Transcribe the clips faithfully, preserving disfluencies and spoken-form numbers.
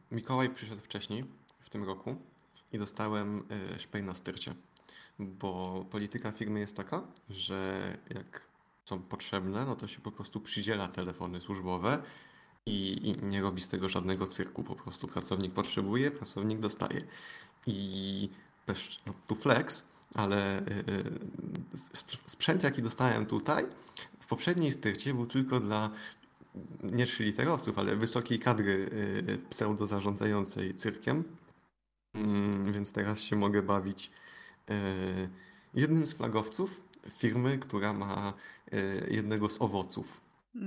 Mikołaj przyszedł wcześniej w tym roku i dostałem y, szpej na styrcie, bo polityka firmy jest taka, że jak są potrzebne, no to się po prostu przydziela telefony służbowe i, i nie robi z tego żadnego cyrku. Po prostu pracownik potrzebuje, pracownik dostaje. I też, no, tu flex, ale y, sp- sprzęt, jaki dostałem tutaj, w poprzedniej styrcie był tylko dla nie trzyliterowców, ale wysokiej kadry y, pseudo-zarządzającej cyrkiem. Mm, więc teraz się mogę bawić y, jednym z flagowców firmy, która ma y, jednego z owoców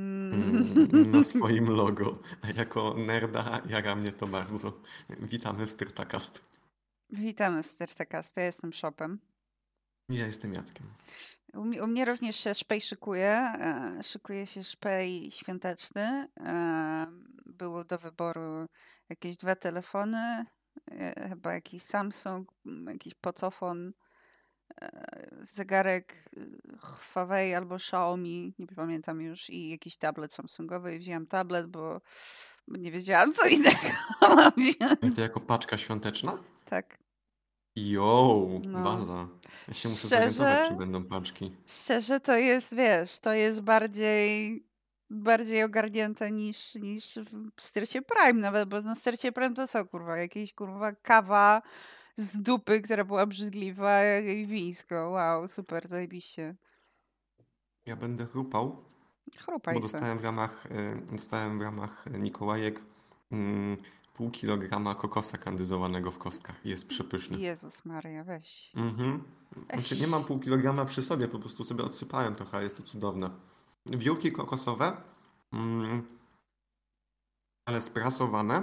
mm, na Mm. swoim logo. A jako nerda jara mnie to bardzo. Witamy w Styrtakast. Witamy w Stercast. Ja jestem Shopem. Ja jestem Jackiem. U mnie, u mnie również się szpej szykuje. e, Szykuje się szpej świąteczny. E, Było do wyboru jakieś dwa telefony, e, chyba jakiś Samsung, m, jakiś pocofon, e, zegarek e, Huawei albo Xiaomi, nie pamiętam już, i jakiś tablet Samsungowy. I wzięłam tablet, bo, bo nie wiedziałam, co innego mam Ale to wziąć. jako paczka świąteczna? Tak, Jo, no. baza. Ja się muszę zorientować, czy Szczerze, będą paczki. Szczerze to jest, wiesz, to jest bardziej bardziej ogarnięte niż, niż w Styrcie Prime nawet, bo na Styrcie Prime to co, kurwa, jakieś, kurwa, kawa z dupy, która była brzydliwa i wińsko. Wow, super, zajebiście. Ja będę chrupał, bo Chrupaj se. dostałem w ramach, y, dostałem w ramach Mikołajek mm, pół kilograma kokosa kandyzowanego w kostkach. Jest przepyszny. Jezus Maria, weź. Mhm. Znaczy nie mam Weź. pół kilograma przy sobie, po prostu sobie odsypałem trochę, ale jest to cudowne. Wiórki kokosowe, mm, ale sprasowane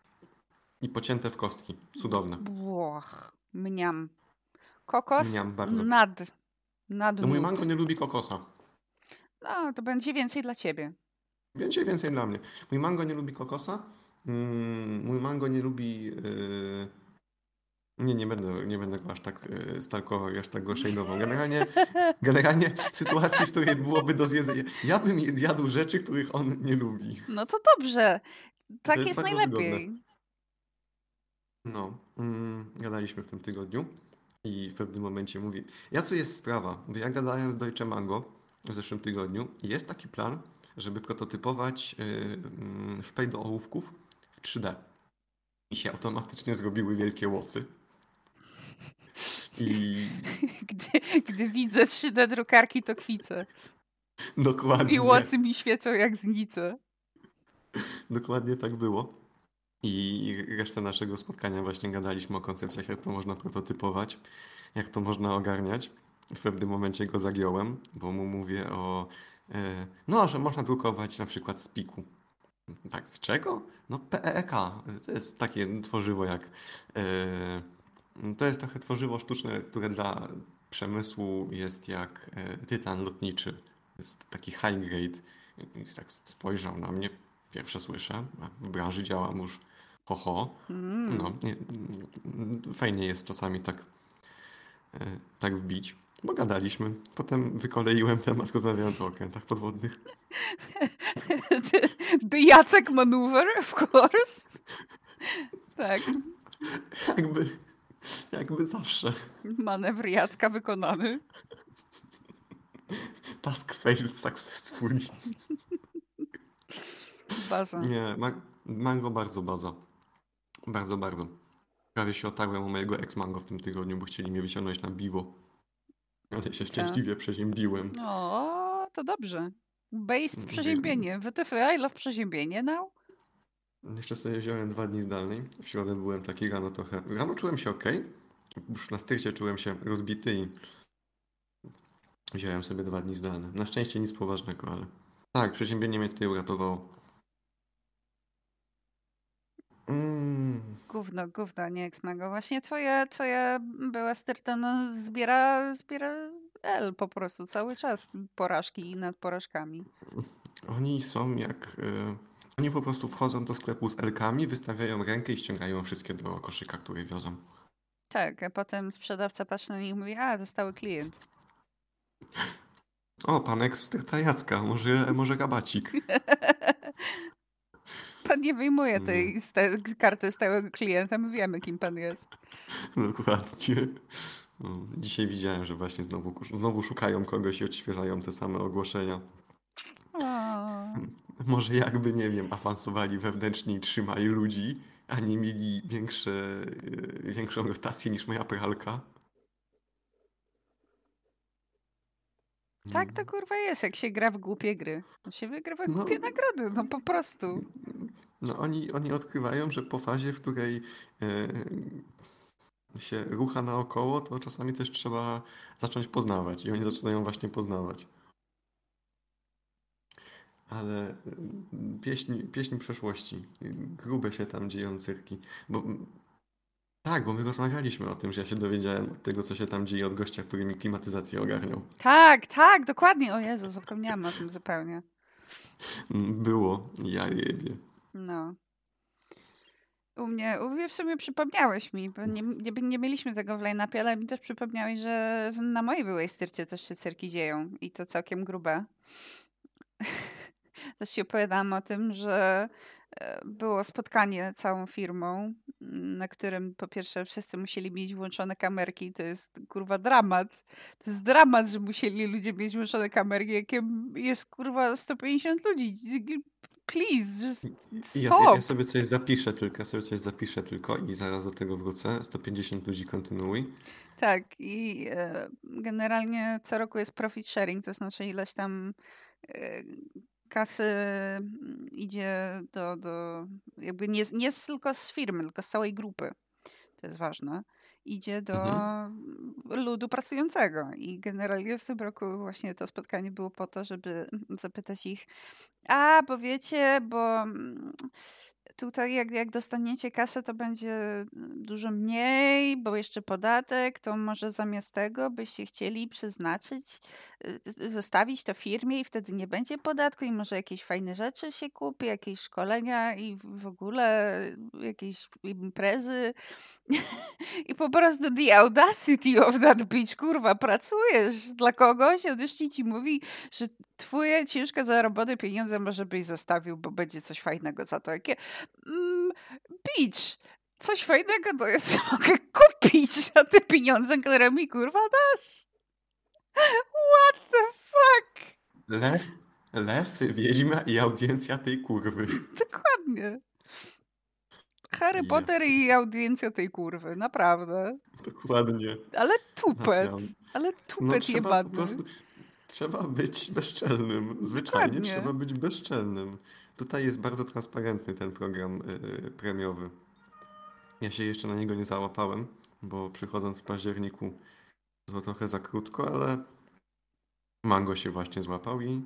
i pocięte w kostki. Cudowne. Błoch. Mniam. Kokos Mniam bardzo. nad. Nad No mój mango mód. nie lubi kokosa. No, to będzie więcej dla ciebie. Więcej, więcej dla mnie. Mój mango nie lubi kokosa. Mm, mój mango nie lubi... Yy... Nie, nie będę, nie będę go aż tak yy, stalkował i aż tak go szejnował. Generalnie, generalnie w sytuacji, w której byłoby do zjedzenia, ja bym je- zjadł rzeczy, których on nie lubi. No to dobrze. To Tak jest jest bardzo wygodne. najlepiej. No, mm, gadaliśmy w tym tygodniu i w pewnym momencie mówi, ja co jest sprawa, bo ja gadałem z Deutsche Mango w zeszłym tygodniu i jest taki plan, żeby prototypować yy, mm, szpej do ołówków w trzy D. I się automatycznie zrobiły wielkie łocy. I Gdy, gdy widzę trzy D drukarki, to kwicę. I dokładnie, łocy mi świecą jak znice. dokładnie tak było. I resztę naszego spotkania właśnie gadaliśmy o koncepcjach, jak to można prototypować, jak to można ogarniać. W pewnym momencie go zagiąłem, bo mu mówię o... E, no, że można drukować na przykład z piku. Tak, z czego? No P E E K. To jest takie tworzywo jak... E, to jest trochę tworzywo sztuczne, które dla przemysłu jest jak e, tytan lotniczy. Jest taki high grade. I tak spojrzał na mnie, pierwsze słyszę, a w branży działam już ho ho. No, Mm. nie, mm, fajnie jest czasami tak, e, tak wbić. Bo gadaliśmy. Potem wykoleiłem temat rozmawiając o okrętach podwodnych. The, the Jacek maneuver, of course. Tak, Jakby, jakby zawsze. manewr Jacka wykonany. Task failed successfully. Baza. Nie, ma, mango bardzo baza. Bardzo, bardzo. Prawie się otarłem o mojego ex-mango w tym tygodniu, bo chcieli mnie wyciągnąć na biwo. Ale się I co? szczęśliwie przeziębiłem. O, to dobrze. Based Wy- przeziębienie. W T F I love przeziębienie now? Jeszcze sobie wziąłem dwa dni zdalnej. W środę byłem taki rano trochę. Rano czułem się ok. Już na styrcie czułem się rozbity i wziąłem sobie dwa dni zdalne. Na szczęście nic poważnego, ale... Tak, przeziębienie mnie tutaj uratowało. Mm, Gówno, gówno, nie X-Mago. Właśnie twoja, twoja była sterta, no, zbiera, zbiera L po prostu cały czas. Porażki nad porażkami. oni są jak... y, oni po prostu wchodzą do sklepu z elkami, wystawiają rękę i ściągają wszystkie do koszyka, które wiozą. Tak, a potem sprzedawca patrzy na nich i mówi, a, dostały klient. O, pan eksterta Jacka, może, może rabacik. Pan nie wyjmuje Nie. tej sta- karty stałego klienta, my wiemy, kim pan jest. Dokładnie. No, dzisiaj widziałem, że właśnie znowu, znowu szukają kogoś i odświeżają te same ogłoszenia. O, Może jakby, nie wiem, awansowali wewnętrznie i trzymali ludzi, a nie mieli większe, yy, większą rotację niż moja pralka. tak to kurwa jest, jak się gra w głupie gry. To się wygrywa No, głupie nagrody, no po prostu. no oni, oni odkrywają, że po fazie, w której yy, się rucha naokoło, to czasami też trzeba zacząć poznawać i oni zaczynają właśnie poznawać. Ale y, pieśń, pieśń przeszłości, y, grube się tam dzieją cyrki. Bo, mm, tak, bo my rozmawialiśmy o tym, że ja się dowiedziałem od tego, co się tam dzieje od gościa, który mi klimatyzację ogarniał. Tak, tak, dokładnie. O Jezu, zapomniałam o tym zupełnie. Mm, Było, ja jebie. No. U mnie, u mnie w sumie przypomniałeś mi, bo nie, nie, nie mieliśmy tego w line-upie, ale mi też przypomniałeś, że w- na mojej byłej styrcie też się cyrki dzieją i to całkiem grube. Też ci opowiadałam o tym, że e, było spotkanie całą firmą, m, na którym po pierwsze wszyscy musieli mieć włączone kamerki. To jest kurwa dramat. To jest dramat, że musieli ludzie mieć włączone kamerki, jakie jest kurwa sto pięćdziesiąt ludzi. Please, just I ja, ja stop. sobie coś zapiszę tylko, ja sobie coś zapiszę tylko i zaraz do tego wrócę. sto pięćdziesiąt ludzi, kontynuuj. Tak, i e, generalnie co roku jest profit sharing, to znaczy ileś tam e, kasy mm, idzie do, do jakby nie, z- nie z- tylko z firmy, tylko z całej grupy. To jest ważne. Idzie do Mhm. ludu pracującego. I generalnie w tym roku właśnie to spotkanie było po to, żeby zapytać ich, a, bo wiecie, bo mm, tutaj jak, jak dostaniecie kasę, to będzie mm, dużo mniej, bo jeszcze podatek, to może zamiast tego byście chcieli przeznaczyć, y, y, zostawić to firmie i wtedy nie będzie podatku i może jakieś fajne rzeczy się kupi, jakieś szkolenia i w w ogóle jakieś imprezy. I po prostu the audacity of that bitch, kurwa, pracujesz dla kogoś, a jeszcze ci mówi, że twoje ciężko zarobione pieniądze może byś zostawił, bo będzie coś fajnego za to. Jakie, mm, bitch, coś fajnego to jest, mogę kupić za te pieniądze, które mi kurwa dasz. What the fuck? Lew, lew, wiedźma i audiencja tej kurwy. Dokładnie. Harry Jeb. Potter i audiencja tej kurwy, naprawdę. Dokładnie. Ale tupet, Naprawdę. ale No tupet trzeba po jebany. prostu, trzeba być bezczelnym. Zwyczajnie Dokładnie. trzeba być bezczelnym. Tutaj jest bardzo transparentny ten program yy, premiowy. Ja się jeszcze na niego nie załapałem, bo przychodząc w październiku to trochę za krótko, ale Mango się właśnie złapał i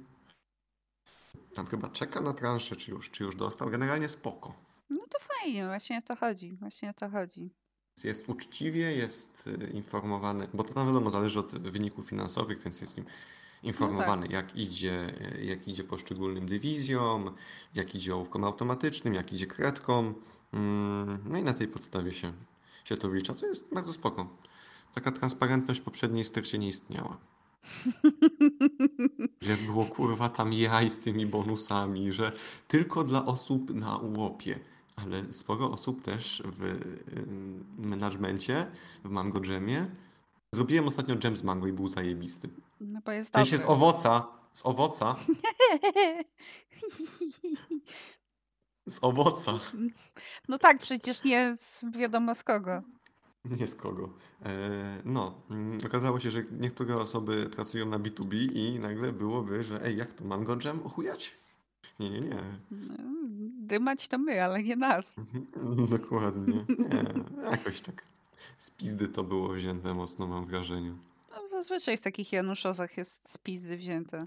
tam chyba czeka na transzę, czy już, czy już dostał. Generalnie spoko. No to fajnie, właśnie o to chodzi, właśnie o to chodzi. Jest uczciwie, jest y, informowany, bo to tam wiadomo zależy od wyników finansowych, więc jest im informowany, jak idzie, y, jak idzie poszczególnym dywizjom, jak idzie ołówkom automatycznym, jak idzie kredkom. Mm, No i na tej podstawie się, się to wlicza, co jest bardzo spoko. Taka transparentność w poprzedniej stercie nie istniała. Że było kurwa tam jaj z tymi bonusami, że tylko dla osób na łopie. Ale sporo osób też w y, menadżmencie, w Mango Dżemie. Zrobiłem ostatnio dżem z mango i był zajebisty. No bo jest W sensie z dobry. owoca, z owoca, z owoca, No tak, przecież nie z wiadomo z kogo. nie z kogo. E, no, mm, okazało się, że niektóre osoby pracują na B dwa B i nagle byłoby, że ej, jak to Mango Dżem ochujać? Nie, nie, nie. No, dymać to my, ale nie nas. Mhm. Dokładnie. Nie, jakoś tak z pizdy to było wzięte mocno, mam wrażenie. No, zazwyczaj w takich Januszozach jest z pizdy wzięte.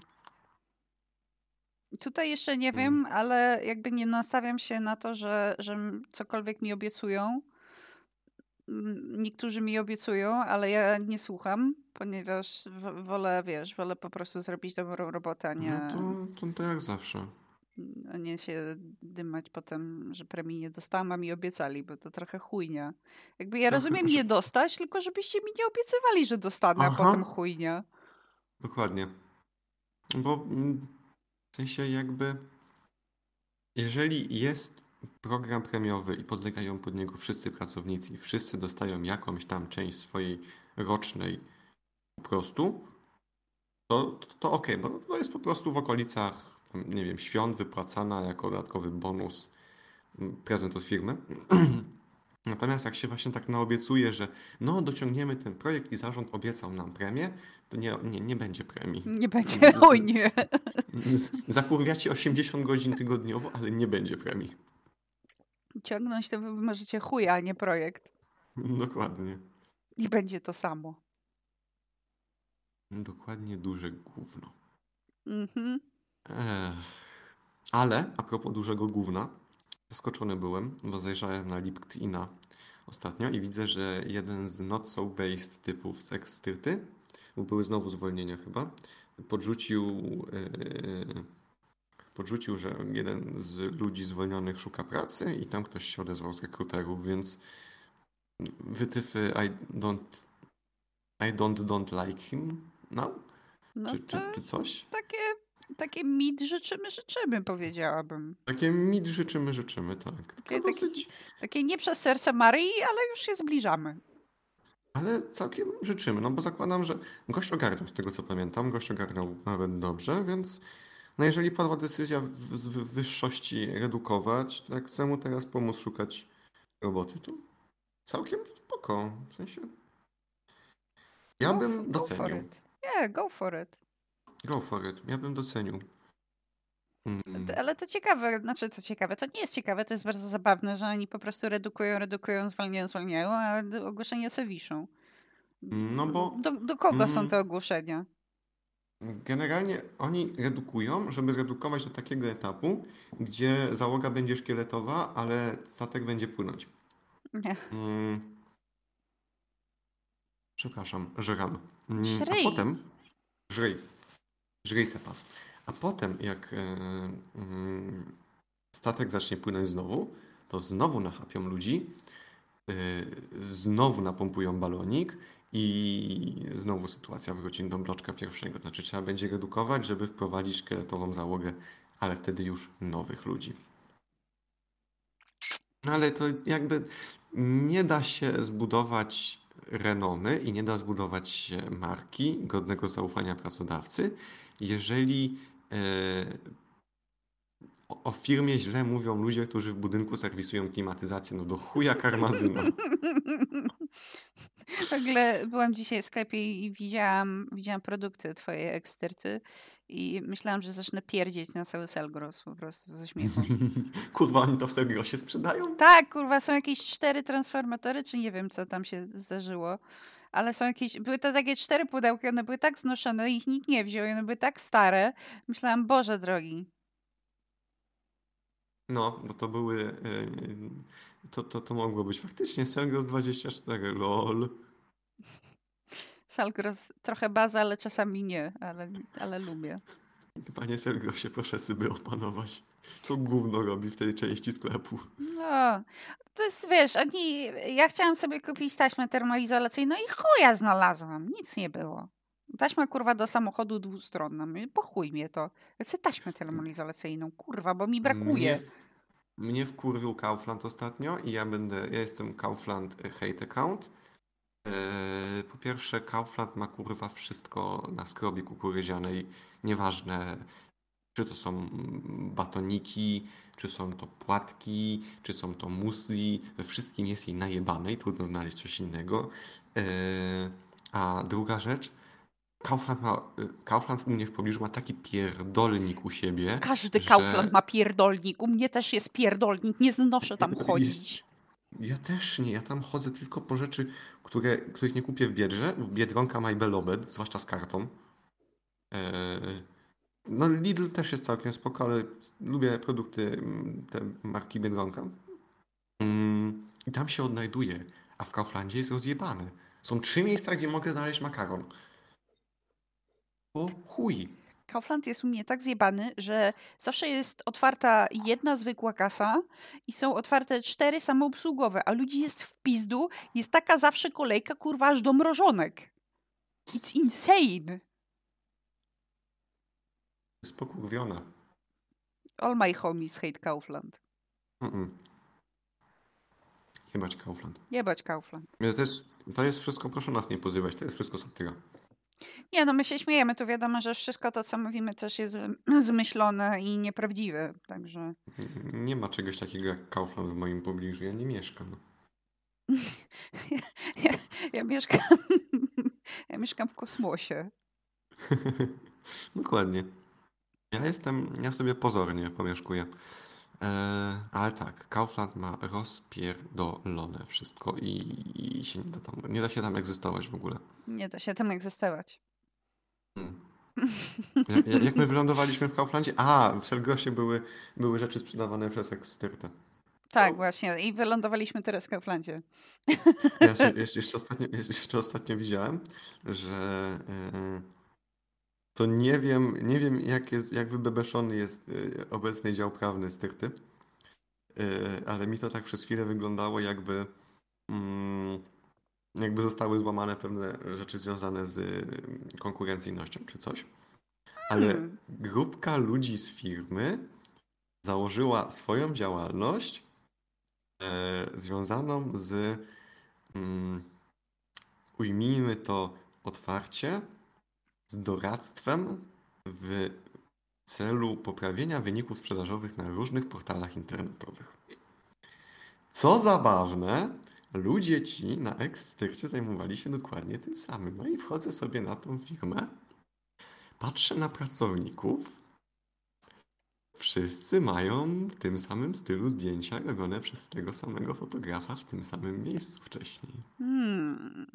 Tutaj jeszcze nie Mm. wiem, ale jakby nie nastawiam się na to, że, że m- cokolwiek mi obiecują. Mm, Niektórzy mi obiecują, ale ja nie słucham, ponieważ w- wolę, wiesz, wolę po prostu zrobić dobrą robotę, a No nie, to, to, to jak zawsze. a nie się dymać potem, że premii nie dostałam, a mi obiecali, bo to trochę chujnia. Jakby ja Trochę, rozumiem że... nie dostać, tylko żebyście mi nie obiecywali, że dostanę, a Aha. potem chujnia. Dokładnie. Bo mm, w sensie jakby jeżeli jest program premiowy i podlegają pod niego wszyscy pracownicy i wszyscy dostają jakąś tam część swojej rocznej po prostu, to, to, to okej, bo to jest po prostu w okolicach, nie wiem, świąt wypłacana jako dodatkowy bonus, m, prezent od firmy. Natomiast jak się właśnie tak naobiecuje, że no dociągniemy ten projekt i zarząd obiecał nam premię, to nie, nie, nie będzie premii. Nie będzie, oj nie. Z- Zakurwiacie osiemdziesiąt godzin tygodniowo, ale nie będzie premii. Ciągnąć to wy możecie chuja, a nie projekt. Dokładnie. I będzie to samo. Dokładnie duże gówno. Mhm. Ech. Ale a propos dużego gówna, zaskoczony byłem, bo zajrzałem na LinkedIna ostatnio i widzę, że jeden z not so based typów z Ekstyrty, bo były znowu zwolnienia chyba, podrzucił, yy, podrzucił, że jeden z ludzi zwolnionych szuka pracy i tam ktoś się odezwał z rekruterów, więc wytyfy I don't, I don't, don't like him now? No Czy, to czy, czy coś? takie, takie mit życzymy, życzymy, powiedziałabym. Takie mit życzymy, życzymy, tak. Taka Takie, takie, dosyć, takie nie przez serce Maryi, ale już się zbliżamy. ale całkiem życzymy, no bo zakładam, że gość ogarnął z tego co pamiętam, gość ogarnął nawet dobrze, więc no jeżeli padła decyzja w, z w wyższości redukować, to jak chcę mu teraz pomóc szukać roboty, to całkiem spoko, w sensie ja Go, f- bym go for docenił. it. Yeah, go for it. Go for it, ja bym docenił. Mm, T- Ale to ciekawe, znaczy to ciekawe, to nie jest ciekawe, to jest bardzo zabawne, że oni po prostu redukują, redukują, zwalniają, zwalniają, a d- ogłoszenia se wiszą. no bo Do, do kogo są mm, te ogłoszenia? generalnie oni redukują, żeby zredukować do takiego etapu, gdzie załoga będzie szkieletowa, ale statek będzie płynąć. Nie. Mm, przepraszam, żram. Mm, a Szryj. potem żryj. Żryj se pas. A potem jak e, mm, statek zacznie płynąć znowu, to znowu nachapią ludzi, e, znowu napompują balonik i znowu sytuacja wróci do bloczka pierwszego. Znaczy trzeba będzie redukować, żeby wprowadzić szkieletową załogę, ale wtedy już nowych ludzi. No ale to jakby nie da się zbudować renomy i nie da zbudować się marki godnego zaufania pracodawcy, jeżeli e, o, o firmie źle mówią ludzie, którzy w budynku serwisują klimatyzację. No do chuja karmazyna. W ogóle byłam dzisiaj w sklepie i widziałam, widziałam produkty twojej eksterty i myślałam, że zacznę pierdzieć na cały Selgros po prostu ze śmiechu. Kurwa, oni to w Selgrosie sprzedają? Tak, kurwa, są jakieś cztery transformatory, czy nie wiem, co tam się zdarzyło, ale są jakieś, były to takie cztery pudełki, one były tak znoszone, ich nikt nie wziął i one były tak stare. Myślałam, Boże drogi. No, bo to były... e, to, to, to mogło być faktycznie Selgros dwadzieścia cztery, lol. Selgros trochę baza, ale czasami nie, ale, ale lubię. Panie Selgrosie, proszę sobie opanować. Co gówno robi w tej części sklepu? No, to jest, wiesz, oni, ja chciałam sobie kupić taśmę termoizolacyjną i chuja znalazłam, nic nie było. Taśma, kurwa, do samochodu dwustronna. Mówię, po chuj mnie to. Ja chcę taśmę termoizolacyjną, kurwa, bo mi Mnie, brakuje. w, mnie wkurwił Kaufland ostatnio i ja będę, ja jestem Kaufland hate account. Eee, po pierwsze, Kaufland ma kurwa wszystko na skrobie kukurydzianej. Nieważne, czy to są batoniki, czy są to płatki, czy są to musli. We wszystkim jest jej najebane i trudno znaleźć coś innego. Eee, a druga rzecz, Kaufland, ma, Kaufland u mnie w pobliżu ma taki pierdolnik u siebie, Każdy że Kaufland ma pierdolnik. U mnie też jest pierdolnik. Nie znoszę tam jest, chodzić. ja też nie, ja tam chodzę tylko po rzeczy, które, których nie kupię w Biedrze. Biedronka ma i Belobed, zwłaszcza z kartą. Eee, no Lidl też jest całkiem spoko, ale lubię produkty mm, te marki Biedronka. Mm, I tam się odnajduję, a w Kauflandzie jest rozjebane. Są trzy miejsca, gdzie mogę znaleźć makaron. O chuj. Kaufland jest u mnie tak zjebany, że zawsze jest otwarta jedna zwykła kasa i są otwarte cztery samoobsługowe, a ludzi jest w pizdu. Jest taka zawsze kolejka, kurwa, aż do mrożonek. It's insane. Jest pokurwiona. All my homies hate Kaufland. Mm-mm. Jebać Kaufland. Jebać Kaufland. Nie, To jest, to jest wszystko, proszę nas nie pozywać, to jest wszystko satyra. Nie, no my się śmiejemy, to wiadomo, że wszystko to, co mówimy, też jest zmyślone i nieprawdziwe, także... Nie ma czegoś takiego jak Kaufland w moim pobliżu, ja nie mieszkam. Ja, ja, ja mieszkam... ja mieszkam w kosmosie. Dokładnie. Ja jestem, ja sobie pozornie pomieszkuję. E, ale tak, Kaufland ma rozpierdolone wszystko i, i się nie da tam, nie da się tam egzystować w ogóle. Nie da się tam egzystować. Hmm. Jak, jak- jak my wylądowaliśmy w Kauflandzie? A, w Selgrosie były, były rzeczy sprzedawane przez Ekstyrtę. Tak, właśnie. I wylądowaliśmy teraz w Kauflandzie. Ja jeszcze, jeszcze, jeszcze, ostatnio, jeszcze ostatnio widziałem, że e, to nie wiem, nie wiem jak jest, jak wybebeszony jest e, obecny dział prawny Styrty, e, ale mi to tak przez chwilę wyglądało, jakby mm, jakby zostały złamane pewne rzeczy związane z y, konkurencyjnością czy coś. Ale Hmm. grupka ludzi z firmy założyła swoją działalność e, związaną z, mm, ujmijmy to otwarcie, z doradztwem w celu poprawienia wyników sprzedażowych na różnych portalach internetowych. Co zabawne, ludzie ci na Ekstyrcie zajmowali się dokładnie tym samym. No i wchodzę sobie na tą firmę, patrzę na pracowników, wszyscy mają w tym samym stylu zdjęcia robione przez tego samego fotografa w tym samym miejscu wcześniej. Hmm.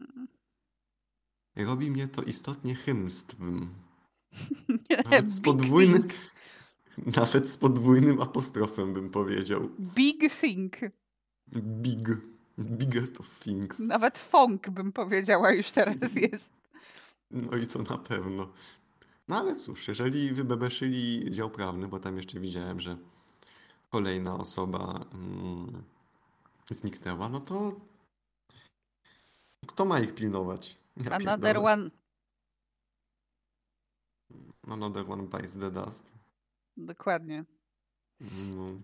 Robi mnie to istotnie chymstwem. Nawet z Big podwójnym, thing. nawet z podwójnym apostrofem bym powiedział. Big thing. Big. Biggest of things. Nawet funk bym powiedziała już teraz jest. No i to na pewno. No ale cóż, jeżeli wybebeszyli dział prawny, bo tam jeszcze widziałem, że kolejna osoba mm, zniknęła, no to kto ma ich pilnować? Ja Another pierdolę. one. Another one bites the dust. Dokładnie. No.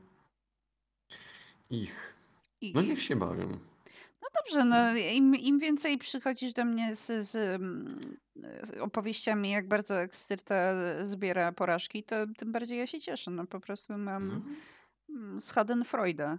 Ich. Ich. No niech się bawią. No dobrze, no im, im więcej przychodzisz do mnie z, z, z opowieściami, jak bardzo Ekstyrta zbiera porażki, to tym bardziej ja się cieszę. No po prostu mam No. Schadenfreude.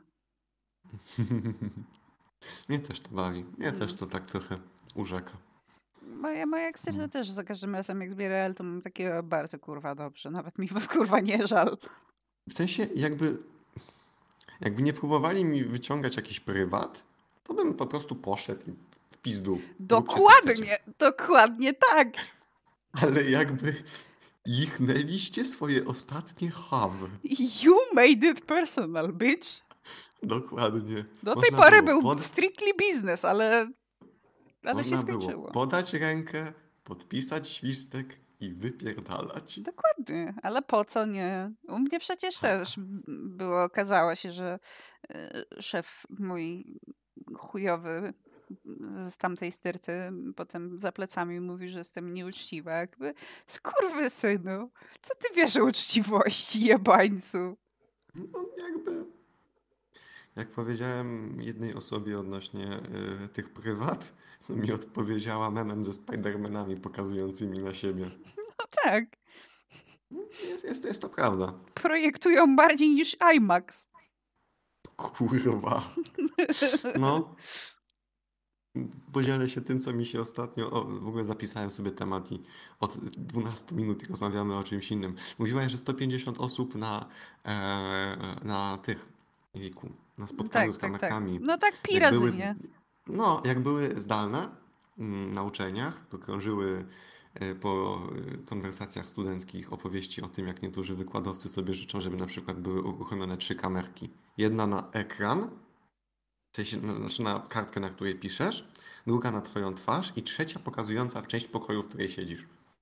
Mnie też to bawi. Mnie Mm. też to tak trochę urzeka. Moja, moja Ekstyrta Mm. też za każdym razem jak zbiera L, to mam takie bardzo kurwa dobrze. Nawet mi was kurwa nie żal. W sensie jakby jakby nie próbowali mi wyciągać jakiś prywat, to bym po prostu poszedł i w pizdu. Róbcie, co chcecie. Dokładnie, dokładnie tak. Ale jakby jichnęliście swoje ostatnie have. You made it personal, bitch. Dokładnie. Do tej Można pory było był pod- strictly business, ale, ale Można się było skończyło. podać rękę, podpisać świstek i wypierdalać. Dokładnie, ale po co nie? U mnie przecież też m- było, okazało się, że e, szef mój chujowy z z tamtej styrty potem za plecami mówi, że jestem nieuczciwa. Jakby, skurwysynu, co ty wiesz o uczciwości, jebańcu? No jakby... Jak powiedziałem jednej osobie odnośnie y, tych prywat, to mi odpowiedziała memem ze Spidermanami pokazującymi na siebie. No tak, Jest, jest, jest to prawda. projektują bardziej niż IMAX. Kurwa. No. Podzielę się tym, co mi się ostatnio... O, w ogóle zapisałem sobie temat i od dwunastu minut rozmawiamy o czymś innym. Mówiłaś, że sto pięćdziesiąt osób na, e, na tych... Jejku, na spotkaniu Tak, z tak, tak. kamerkami. No tak, pi Jak były razy, z- nie? No, jak były zdalne mm, na uczelniach, to krążyły e, po e, konwersacjach studenckich opowieści o tym, jak niektórzy wykładowcy sobie życzą, żeby na przykład były uruchomione trzy kamerki. Jedna na ekran, w sensie, na, znaczy na kartkę, na której piszesz, druga na twoją twarz i trzecia pokazująca w część pokoju, w której siedzisz.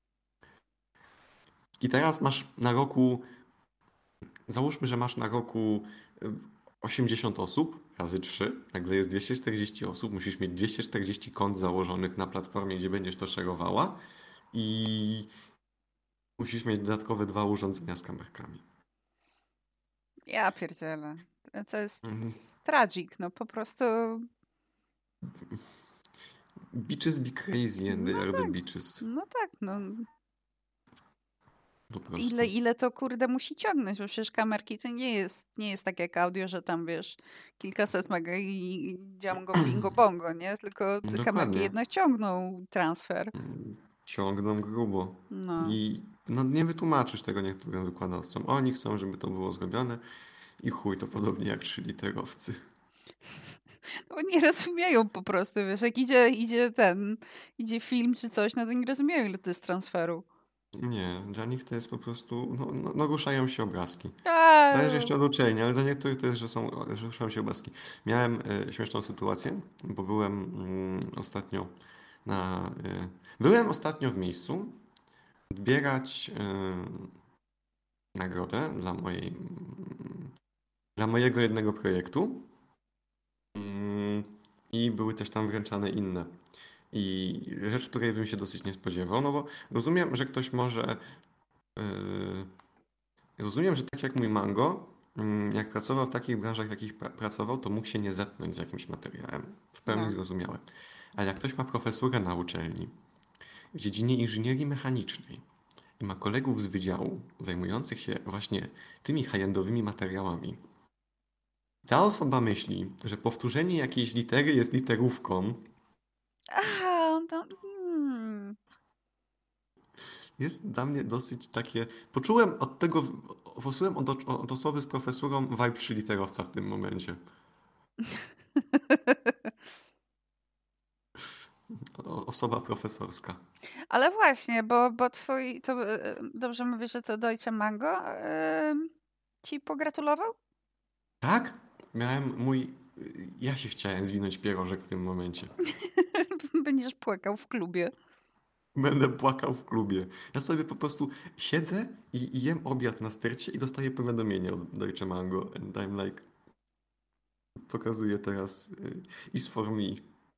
I teraz masz na roku, załóżmy, że masz na roku e, osiemdziesiąt osób razy trzy, nagle jest dwieście czterdzieści osób, musisz mieć dwieście czterdzieści kont założonych na platformie, gdzie będziesz to szerowała i musisz mieć dodatkowe dwa urządzenia z kamerkami. Ja pierdzielę. To jest Mhm. tragic, no po prostu. Bitches be crazy and they No are the tak, bitches. no tak, no. Po Ile, prostu. ile to kurde musi ciągnąć, bo przecież kamerki to nie jest, nie jest tak jak audio, że tam wiesz kilkaset mega i, i działam bingo bongo, nie? Tylko te kamerki Dokładnie. jednak ciągną transfer. Ciągną grubo. No. I no, nie wytłumaczysz tego niektórym wykładowcom. Oni chcą, żeby to było zrobione i chuj, to podobnie jak trzyliterowcy. No, nie rozumieją po prostu, wiesz, jak idzie, idzie ten, idzie film czy coś, no to nie rozumieją, ile to jest transferu. Nie, dla nich to jest po prostu, no, no, no ruszają się obrazki. A, Zależy jeszcze od uczelni, ale dla niektórych to jest, że, są, że ruszają się obrazki. Miałem e, śmieszną sytuację, bo byłem mm, ostatnio na... E, byłem ostatnio w miejscu odbierać e, nagrodę dla mojej, mm, dla mojego jednego projektu. Mm, I były też tam wręczane inne. I rzecz, której bym się dosyć nie spodziewał, no bo rozumiem, że ktoś może. Yy, rozumiem, że tak jak mój Mango, mm, jak pracował w takich branżach, w jakich pra- pracował, to mógł się nie zetknąć z jakimś materiałem. W pełni no. zrozumiałe. Ale jak ktoś ma profesurę na uczelni w dziedzinie inżynierii mechanicznej i ma kolegów z wydziału zajmujących się właśnie tymi high-endowymi materiałami, ta osoba myśli, że powtórzenie jakiejś litery jest literówką, A, no, hmm. jest dla mnie dosyć takie. Poczułem od tego, poczułem od, od osoby z profesurą vibe trzyliterowca w tym momencie. O, osoba profesorska. Ale właśnie, bo, bo twój, to e, dobrze mówię, że to Deutsche Mango e, ci pogratulował? Tak? Miałem mój. Ja się chciałem zwinąć pierożek w tym momencie. Będziesz płakał w klubie. Będę płakał w klubie. Ja sobie po prostu siedzę i, i jem obiad na stercie i dostaję powiadomienie od Deutsche Mango. And I'm like. Pokazuję teraz. y, Is for me.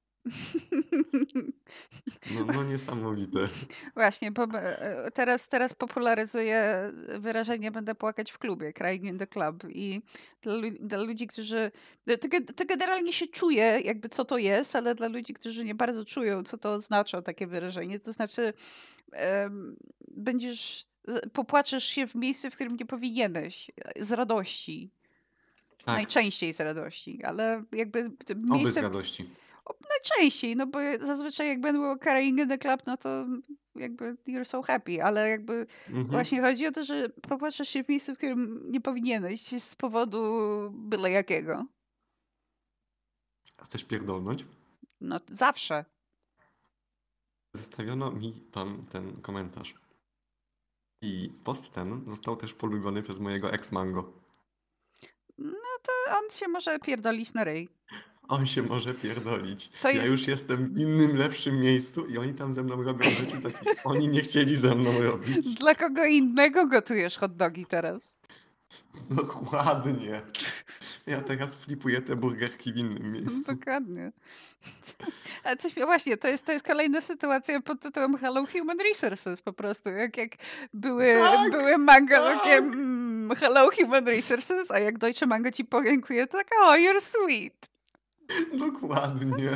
No, no niesamowite. Właśnie, bo e, teraz, teraz popularyzuję wyrażenie będę płakać w klubie, crying in the club. I dla, lu- dla ludzi, którzy... To, ge- to generalnie się czuje, jakby co to jest, ale dla ludzi, którzy nie bardzo czują, co to oznacza takie wyrażenie, to znaczy em, będziesz... z- popłaczesz się w miejscu, w którym nie powinieneś, e, z radości. Tak, Najczęściej z radości, ale jakby to oby z miejsce... radości. O, najczęściej, no bo zazwyczaj jak będę było Carrying in the Club, no to jakby you're so happy, ale jakby Mhm. właśnie chodzi o to, że popatrzysz się w miejscu, w którym nie powinieneś z powodu byle jakiego. Chcesz pierdolnąć? No zawsze. Zostawiono mi tam ten komentarz. I post ten został też polubiony przez mojego ex-mango. No to on się może pierdolić na ryj. On się może pierdolić. To Ja jest już jestem w innym, lepszym miejscu i oni tam ze mną robią rzeczy, z jakich oni nie chcieli ze mną robić. dla kogo innego gotujesz hot dogi teraz. Dokładnie. Ja teraz flipuję te burgerki w innym miejscu. Dokładnie. Ale coś właśnie, to jest, to jest kolejna sytuacja pod tytułem Hello Human Resources po prostu. Jak, jak były, Tak, były mango tak. takie mm, Hello Human Resources, a jak Deutsche Mango ci podziękuje, to tak oh, you're sweet. Dokładnie.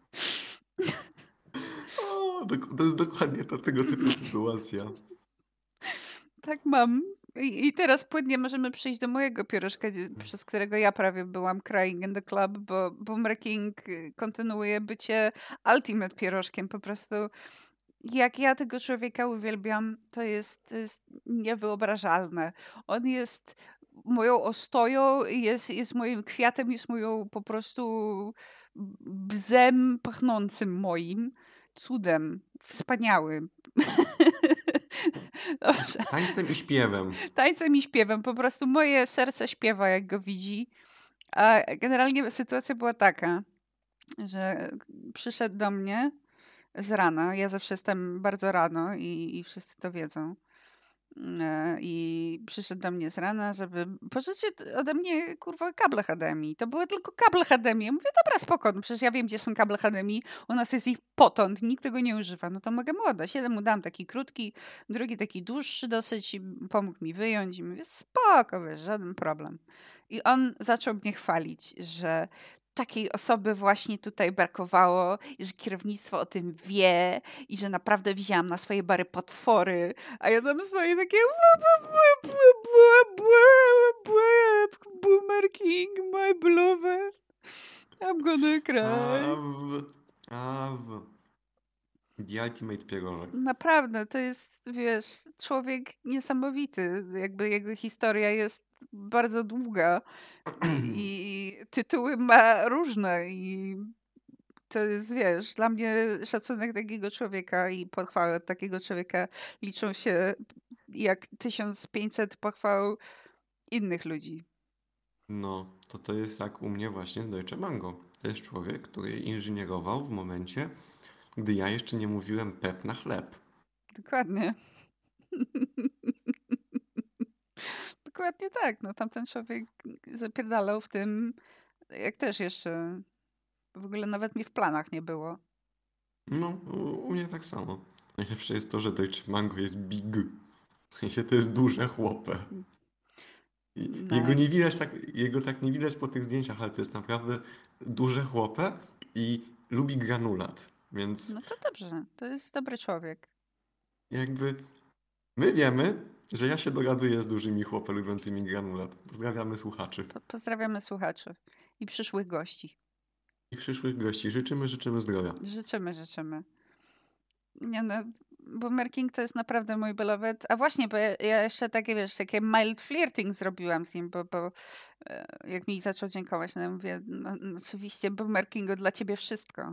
O, dok- to jest dokładnie ta tego typu sytuacja. Tak mam. I, I teraz płynnie możemy przejść do mojego pierożka, gdzie- przez którego ja prawie byłam crying in the club, bo Boomer King y, kontynuuje bycie ultimate pierożkiem. Po prostu jak ja tego człowieka uwielbiam, to jest, to jest niewyobrażalne. On jest moją ostoją, jest, jest moim kwiatem, jest moją po prostu bzem pachnącym moim. Cudem. Wspaniałym. Dobrze. Tańcem i śpiewem. Tańcem i śpiewem. Po prostu moje serce śpiewa, jak go widzi. A generalnie sytuacja była taka, że przyszedł do mnie z rana. Ja zawsze jestem bardzo rano i, i wszyscy to wiedzą. E, I przyszedł do mnie z rana, żeby pożyczyć ode mnie, kurwa, kable H D M I. To były tylko kable H D M I. Ja mówię, dobra, spoko, no przecież ja wiem, gdzie są kable H D M I. U nas jest ich potąd, nikt tego nie używa. No to mogę mu oddać. Jeden mu dam taki krótki, drugi taki dłuższy dosyć i pomógł mi wyjąć. I mówię, spoko, wiesz, żaden problem. I on zaczął mnie chwalić, że takiej osoby właśnie tutaj brakowało i że kierownictwo o tym wie i że naprawdę wzięłam na swoje bary potwory, a ja tam stoję takie Boomer King, my beloved. I'm gonna cry. Aw, aw. The Ultimate Pierożek. Naprawdę, to jest, wiesz, człowiek niesamowity. Jakby jego historia jest bardzo długa i tytuły ma różne i to jest, wiesz, dla mnie szacunek takiego człowieka i pochwały od takiego człowieka liczą się jak tysiąc pięćset pochwał innych ludzi. No, to to jest jak u mnie właśnie z Deutsche Mango. To jest człowiek, który inżynierował w momencie, gdy ja jeszcze nie mówiłem pep na chleb. Dokładnie. Dokładnie tak. No tamten człowiek zapierdalał w tym, jak też jeszcze w ogóle nawet mi w planach nie było. No, u, u mnie tak samo. Najlepsze jest to, że Deutsche Mango jest big. W sensie to jest duże chłopę. I jego nie Nice. widać tak, jego tak nie widać po tych zdjęciach, ale to jest naprawdę duże chłopę i lubi granulat. Więc No to dobrze. To jest dobry człowiek. jakby my wiemy, że ja się dogaduję z dużymi chłopę lubiącymi granulat. Pozdrawiamy słuchaczy Po pozdrawiamy słuchaczy i przyszłych gości. i przyszłych gości. Życzymy, życzymy zdrowia. Życzymy, życzymy. Nie no, Boomer King to jest naprawdę mój beloved. A właśnie, bo ja, ja jeszcze takie, wiesz, takie mild flirting zrobiłam z nim, bo, bo e, jak mi zaczął dziękować, no ja mówię, no, no oczywiście Boomer Kingu dla ciebie wszystko.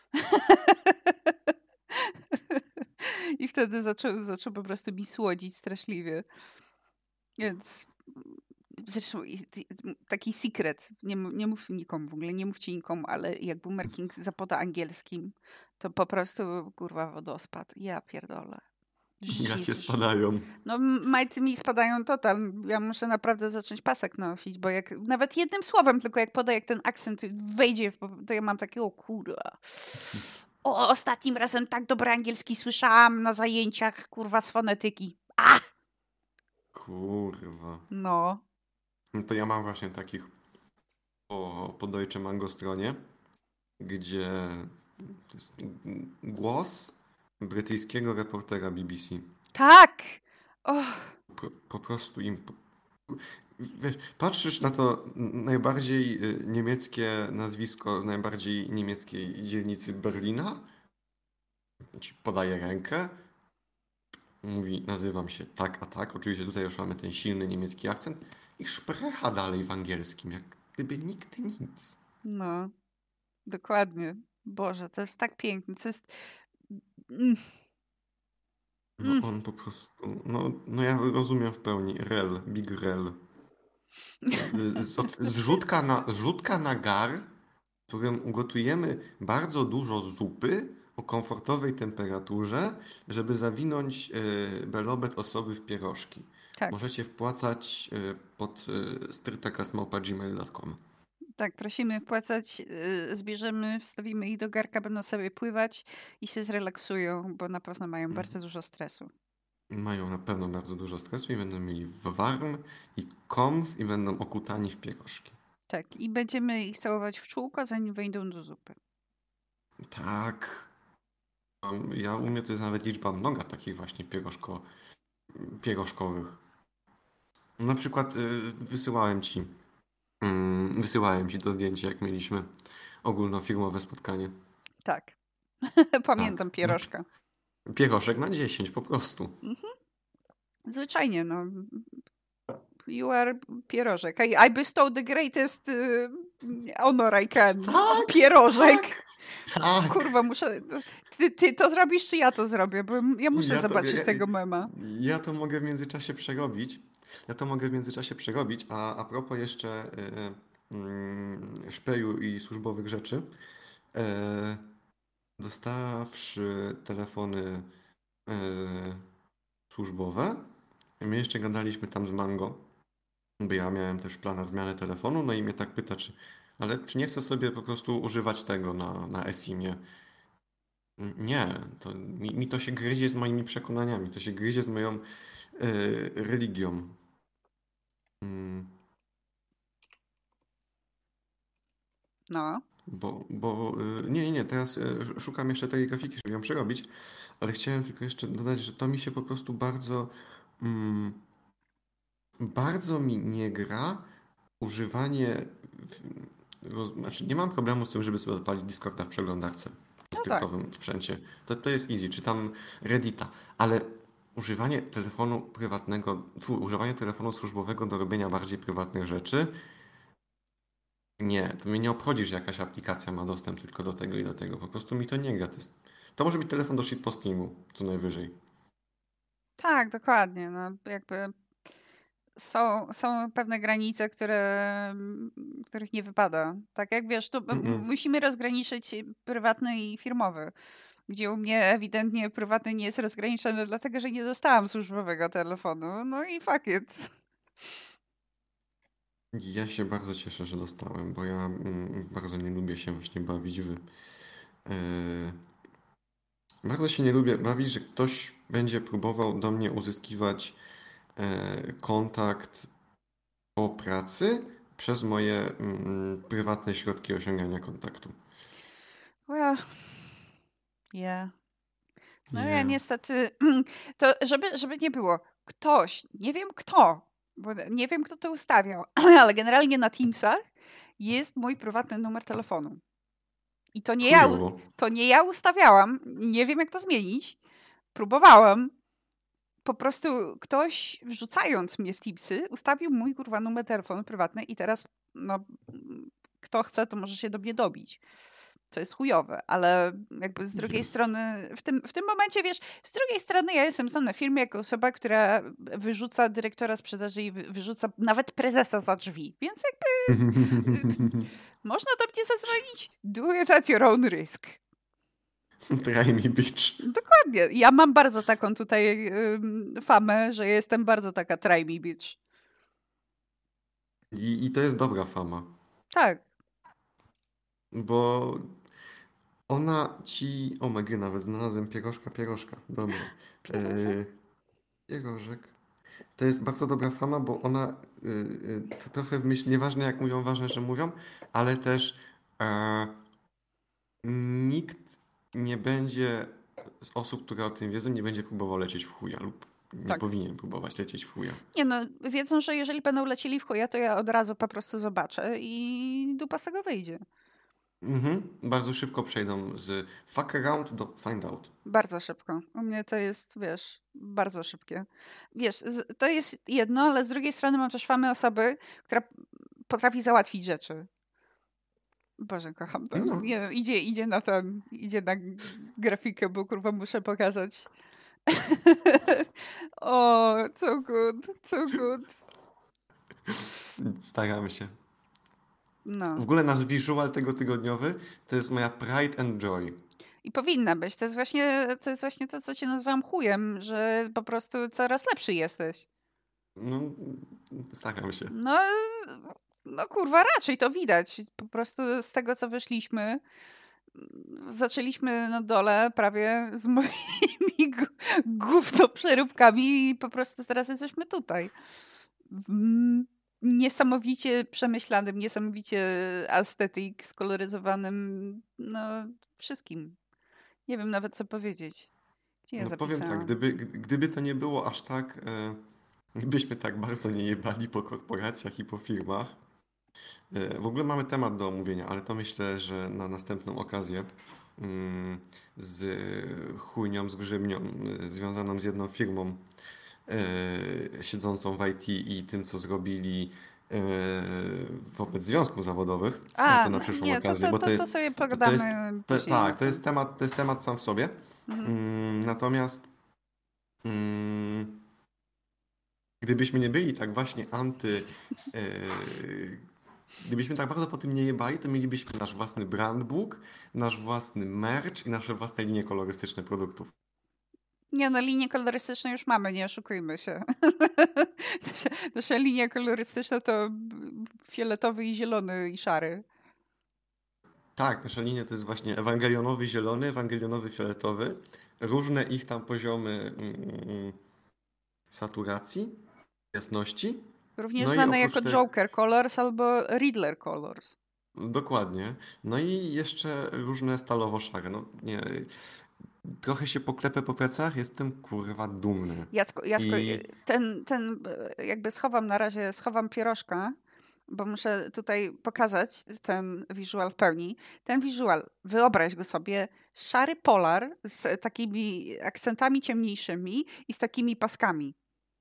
I wtedy zaczął, zaczął po prostu mi słodzić straszliwie. Więc zresztą i- i- taki secret, nie, mu- nie mów nikomu w ogóle, nie mówcie nikomu, ale jak Boomer King zapoda angielskim, to po prostu kurwa wodospad. Ja pierdolę. Gacie Jezus. spadają. No m- majty mi spadają total. Ja muszę naprawdę zacząć pasek nosić, bo jak nawet jednym słowem, tylko jak podaję, jak ten akcent wejdzie, w- to ja mam takie, o kurwa. O, ostatnim razem tak dobry angielski słyszałam na zajęciach, kurwa, z fonetyki. A! Kurwa. No. No to ja mam właśnie takich po, po Deutsche Mango stronie, gdzie to jest głos brytyjskiego reportera B B C. Tak! O, Po, po prostu im... Po, wiesz, patrzysz na to najbardziej y, niemieckie nazwisko z najbardziej niemieckiej dzielnicy Berlina, ci podaje rękę, mówi, nazywam się tak, a tak. Oczywiście tutaj już mamy ten silny niemiecki akcent i szprecha dalej w angielskim, jak gdyby nigdy nic. no. Dokładnie. Boże, to jest tak piękne. To jest... Mm, No mm. on po prostu, no, no ja rozumiem w pełni, rel, big rel. Z, od- zrzutka na, zrzutka na gar, w którym ugotujemy bardzo dużo zupy o komfortowej temperaturze, żeby zawinąć y, belobet osoby w pierożki. Tak, Możecie wpłacać y, pod y, strytakas małpa gmail kropka com. tak, prosimy wpłacać, yy, zbierzemy, wstawimy ich do garka, będą sobie pływać i się zrelaksują, bo na pewno mają bardzo dużo stresu. Mają na pewno bardzo dużo stresu i będą mieli warm i komf i będą okutani w pierożki. Tak, i będziemy ich całować w czółko, zanim wejdą do zupy. Tak. Um, Ja u mnie to jest nawet liczba mnoga takich właśnie pierożko, pierożkowych. Na przykład y, wysyłałem ci mm, wysyłałem ci to zdjęcie, jak mieliśmy ogólnofirmowe spotkanie. Tak. Pamiętam Tak. pierożka. Pierożek na dziesięć po prostu. Mhm. Zwyczajnie, no. You are pierożek. I, I bestow the greatest y, honor I can. Tak, Pierożek. Tak. Kurwa, muszę... Ty, ty to zrobisz, czy ja to zrobię? Bo ja muszę Ja to- zobaczyć ja- tego mema. Ja to mogę w międzyczasie przerobić. Ja to mogę w międzyczasie przerobić, a a propos jeszcze y, y, szpeju i służbowych rzeczy. E, dostawszy telefony e, służbowe, My jeszcze gadaliśmy tam z Mango, bo ja miałem też w planach zmianę telefonu, no i mnie tak pyta, czy, ale czy nie chcę sobie po prostu używać tego na, na eSIM-ie? Nie, to mi, mi to się gryzie z moimi przekonaniami, to się gryzie z moją y, religią. Mm, No, Bo, bo y, nie, nie, nie, teraz y, szukam jeszcze tej grafiki, żeby ją przerobić, ale chciałem tylko jeszcze dodać, że to mi się po prostu bardzo, mm, bardzo mi nie gra używanie, w, roz, znaczy nie mam problemu z tym, żeby sobie odpalić Discorda w przeglądarce w no tak. dyskretowym sprzęcie. To, to jest easy, czy tam Reddita, ale używanie telefonu prywatnego, tfu, używanie telefonu służbowego do robienia bardziej prywatnych rzeczy, nie, to mnie nie obchodzi, że jakaś aplikacja ma dostęp tylko do tego i do tego. Po prostu mi to nie gra. To, jest, to może być telefon do shitpostingu, co najwyżej. Tak, dokładnie. No, jakby są, są pewne granice, które, mm, których nie wypada. Tak jak wiesz, tu m- Mm-mm. musimy rozgraniczyć prywatny i firmowy. Gdzie u mnie ewidentnie prywatny nie jest rozgraniczony, dlatego że nie dostałam służbowego telefonu. No i fuck it. Ja się bardzo cieszę, że dostałem, bo ja mm, bardzo nie lubię się właśnie bawić w... e, bardzo się nie lubię bawić, że ktoś będzie próbował do mnie uzyskiwać e, kontakt po pracy przez moje mm, prywatne środki osiągania kontaktu. Well, yeah. No ja Yeah. niestety, to żeby, żeby nie było, ktoś, nie wiem kto, bo nie wiem kto to ustawiał, ale generalnie na Teamsach jest mój prywatny numer telefonu. I to nie ja, u- Chujowo. to nie ja ustawiałam, nie wiem jak to zmienić. Próbowałam. Po prostu ktoś wrzucając mnie w Teamsy ustawił mój kurwa numer telefonu prywatny i teraz no kto chce to może się do mnie dobić. Co jest chujowe, ale jakby z drugiej Jest. strony, w tym, w tym momencie, wiesz, z drugiej strony ja jestem znana w firmie jako osoba, która wyrzuca dyrektora sprzedaży i wy- wyrzuca nawet prezesa za drzwi, więc jakby można do mnie zadzwonić, do it at your own risk. Try me, bitch. Dokładnie. Ja mam bardzo taką tutaj ym, famę, że jestem bardzo taka try me bitch. I, I to jest dobra fama, Tak. bo ona ci... O my God, nawet znalazłem pierożka, pierożka. Dobra. Yy, pierożek. To jest bardzo dobra fama, bo ona yy, yy, to trochę w myśl, nieważne jak mówią, ważne, że mówią, ale też e, nikt nie będzie z osób, które o tym wiedzą, nie będzie próbował lecieć w chuja lub nie Tak. powinien próbować lecieć w chuja. Nie no, wiedzą, że jeżeli będą lecieli w chuja, to ja od razu po prostu zobaczę i dupa z tego wyjdzie. Mhm. Bardzo szybko przejdą z fuck around do find out. Bardzo szybko. U mnie to jest, wiesz, bardzo szybkie. Wiesz, z- to jest jedno, ale z drugiej strony mam też famę osoby, która potrafi załatwić rzeczy. Boże, kocham to. No, Nie, idzie, idzie na ten, idzie na grafikę, bo kurwa muszę pokazać. O, so good, so good. staramy się. No. W ogóle nasz visual tego tygodniowy to jest moja pride and joy. I powinna być. To jest właśnie to, jest właśnie to co cię nazywam chujem, że po prostu coraz lepszy jesteś. No, staram się. No, no kurwa, raczej to widać. Po prostu z tego, co wyszliśmy, zaczęliśmy na dole prawie z moimi gu- gówno przeróbkami i po prostu teraz jesteśmy tutaj. W m- niesamowicie przemyślanym, niesamowicie estetyk, skoloryzowanym, no wszystkim. Nie wiem nawet co powiedzieć. Gdzie ja No powiem tak, zapisałam? gdyby, gdyby to nie było aż tak, e, gdybyśmy tak bardzo nie jebali po korporacjach i po firmach. E, w ogóle mamy temat do omówienia, ale to myślę, że na następną okazję mm, z chujnią, z grzybnią e, związaną z jedną firmą e, siedzącą w I T i tym, co zrobili e, wobec związków zawodowych, ale A, to na no, przyszłą nie, to, okazję, to, bo to, to, to sobie to, to jest, pogadamy to, później o tak, to tym. jest temat, to jest temat sam w sobie. Mhm. Mm, natomiast mm, gdybyśmy nie byli tak właśnie anty, e, gdybyśmy tak bardzo po tym nie jebali, to mielibyśmy nasz własny brandbook, nasz własny merch i nasze własne linie kolorystyczne produktów. Nie no, linie kolorystyczne już mamy, nie oszukujmy się. Nasza, nasza linia kolorystyczna to fioletowy i zielony i szary. Tak, nasza linia to jest właśnie ewangelionowy zielony, ewangelionowy fioletowy. Różne ich tam poziomy mm, saturacji, jasności. Również No i znane oprócz jako tego, Joker Colors albo Riddler Colors. dokładnie. No i jeszcze różne stalowo-szare. No nie, trochę się poklepę po plecach, jestem kurwa dumny. Jacko, Jacko, I ten, ten e, jakby schowam na razie, schowam pierożka, bo muszę tutaj pokazać ten wizual w pełni. Ten wizual, wyobraź go sobie, szary polar z takimi akcentami ciemniejszymi i z takimi paskami.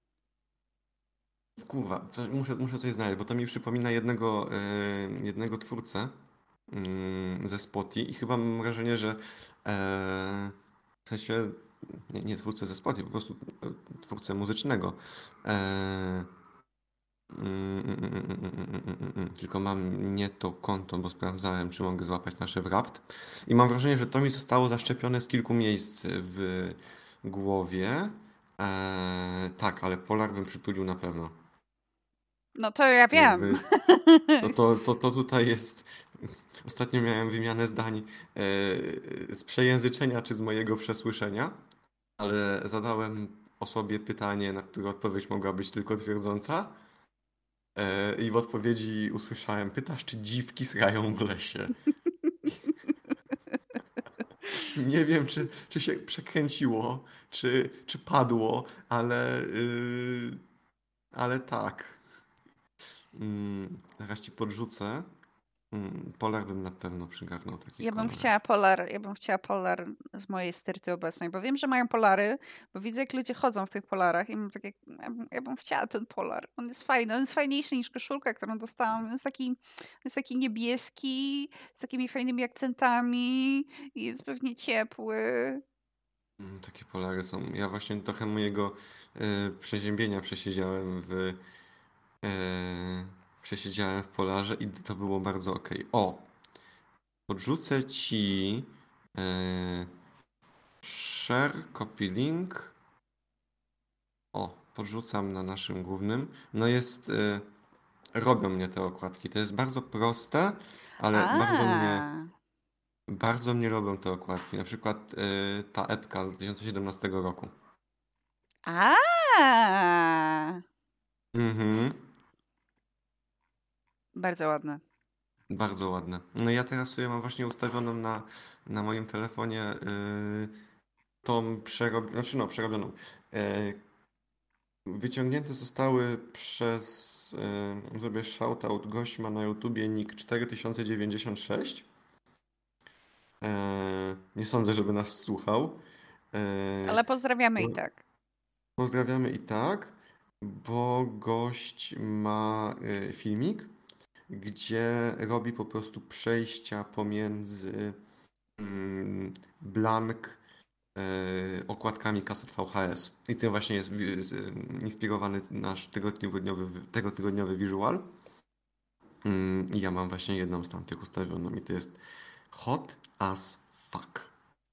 kurwa, to muszę, muszę coś znaleźć, bo to mi przypomina jednego, e, jednego twórcę mm, ze Spotify i chyba mam wrażenie, że e, w sensie nie, nie twórcę ze Spotify, po prostu e, twórcę muzycznego. E, mm, mm, mm, mm, mm, mm, mm, mm, mm. Tylko mam nie to konto, bo sprawdzałem, czy mogę złapać nasze Wrapped. I mam wrażenie, że to mi zostało zaszczepione z kilku miejsc w głowie. E, tak, ale Polar bym przytulił na pewno. No to ja wiem. Jakby to, to, to, to tutaj jest. Ostatnio miałem wymianę zdań e, z przejęzyczenia czy z mojego przesłyszenia, ale zadałem osobie pytanie, na które odpowiedź mogła być tylko twierdząca. E, I w odpowiedzi usłyszałem: pytasz, czy dziwki srają w lesie? Nie wiem, czy, czy się przekręciło, czy, czy padło, ale, yy, ale tak. Mm, zaraz ci podrzucę. Mm, Polar bym na pewno przygarnął taki Ja bym kolor. chciała polar, ja bym chciała polar z mojej styrty obecnej, bo wiem, że mają polary, bo widzę, jak ludzie chodzą w tych polarach i mam takie, ja bym, ja bym chciała ten polar. On jest fajny, on jest fajniejszy niż koszulka, którą dostałam. On jest taki, jest taki niebieski, z takimi fajnymi akcentami i jest pewnie ciepły. Mm, Takie polary są. Ja właśnie trochę mojego e, przeziębienia przesiedziałem w e, przesiedziałem w polarze i to było bardzo okej. O, podrzucę ci e, share copy link. O, podrzucam na naszym głównym. No jest, e, robią mnie te okładki. To jest bardzo proste, ale bardzo mnie, A, bardzo mnie robią te okładki. Na przykład e, ta epka z dwa tysiące siedemnastego roku. a, Mhm. bardzo ładne. Bardzo ładne. No ja teraz sobie mam właśnie ustawioną na, na moim telefonie yy, tą przerobioną, znaczy no przerobioną. Yy, wyciągnięte zostały przez, yy, zrobię shoutout, gość ma na YouTubie nick cztery tysiące dziewięćdziesiąt sześć. Yy, nie sądzę, żeby nas słuchał. Yy, Ale pozdrawiamy i no, tak. pozdrawiamy i tak, bo gość ma yy, filmik, gdzie robi po prostu przejścia pomiędzy mm, blank e, okładkami kaset V H S. I tym właśnie jest wi- z- inspirowany nasz tygodniowy, tegotygodniowy visual. Mm, I ja mam właśnie jedną z tamtych ustawioną i to jest hot as fuck.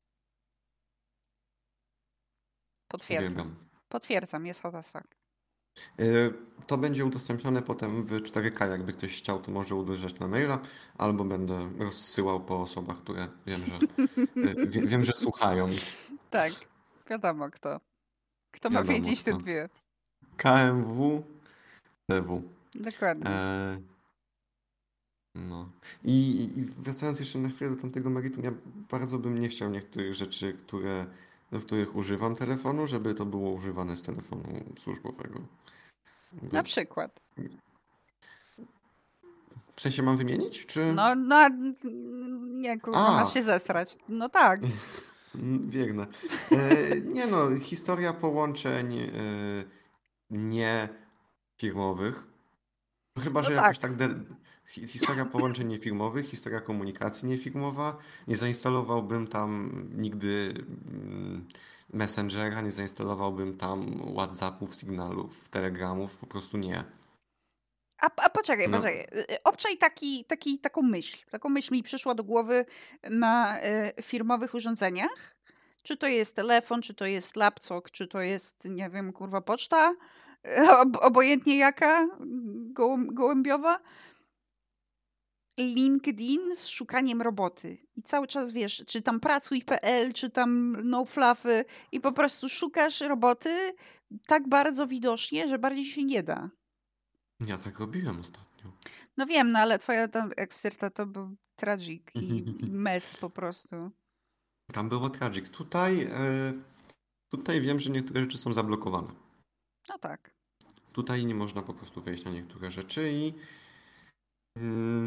Potwierdzam. Uwielbiam. Potwierdzam, jest hot as fuck. E, To będzie udostępnione potem w cztery K. Jakby ktoś chciał, to może uderzyć na maila, albo będę rozsyłał po osobach, które wiem, że, e, wie, wiem, że słuchają. Tak, wiadomo kto. Kto ma Wiadomo wiedzieć, ten kto. wie. K M W, T W. Dokładnie. E, no. I, I wracając jeszcze na chwilę do tamtego meritum, ja bardzo bym nie chciał niektórych rzeczy, które, do których używam telefonu, żeby to było używane z telefonu służbowego. Na Jakby- przykład. W sensie mam wymienić, czy... No, no, a nie, kurwa, A, masz się zesrać. No tak. mm, biegnę. E, nie no, historia połączeń e, nie firmowych. Chyba, No że tak. jakoś tak de- hi- historia połączeń niefirmowych, historia komunikacji niefirmowa. Nie zainstalowałbym tam nigdy mm, Messengera, nie zainstalowałbym tam WhatsAppów, Signalów, Telegramów, po prostu nie. A, a poczekaj, No, poczekaj. Y, y, Obczaj taki, taki, taką myśl. Taką myśl mi przyszła do głowy na y, firmowych urządzeniach. Czy to jest telefon, czy to jest laptop, czy to jest, nie wiem, kurwa, poczta, ob- obojętnie jaka, gołą- gołębiowa. LinkedIn z szukaniem roboty. I cały czas wiesz, czy tam pracuj kropka pe el, czy tam no fluffy i po prostu szukasz roboty tak bardzo widocznie, że bardziej się nie da. Ja tak robiłem ostatnio. No wiem, no ale twoja tam eksterta to był tragik i, i mes po prostu. Tam było tragic. Tutaj, e, tutaj wiem, że niektóre rzeczy są zablokowane. No tak. Tutaj nie można po prostu wejść na niektóre rzeczy i mm,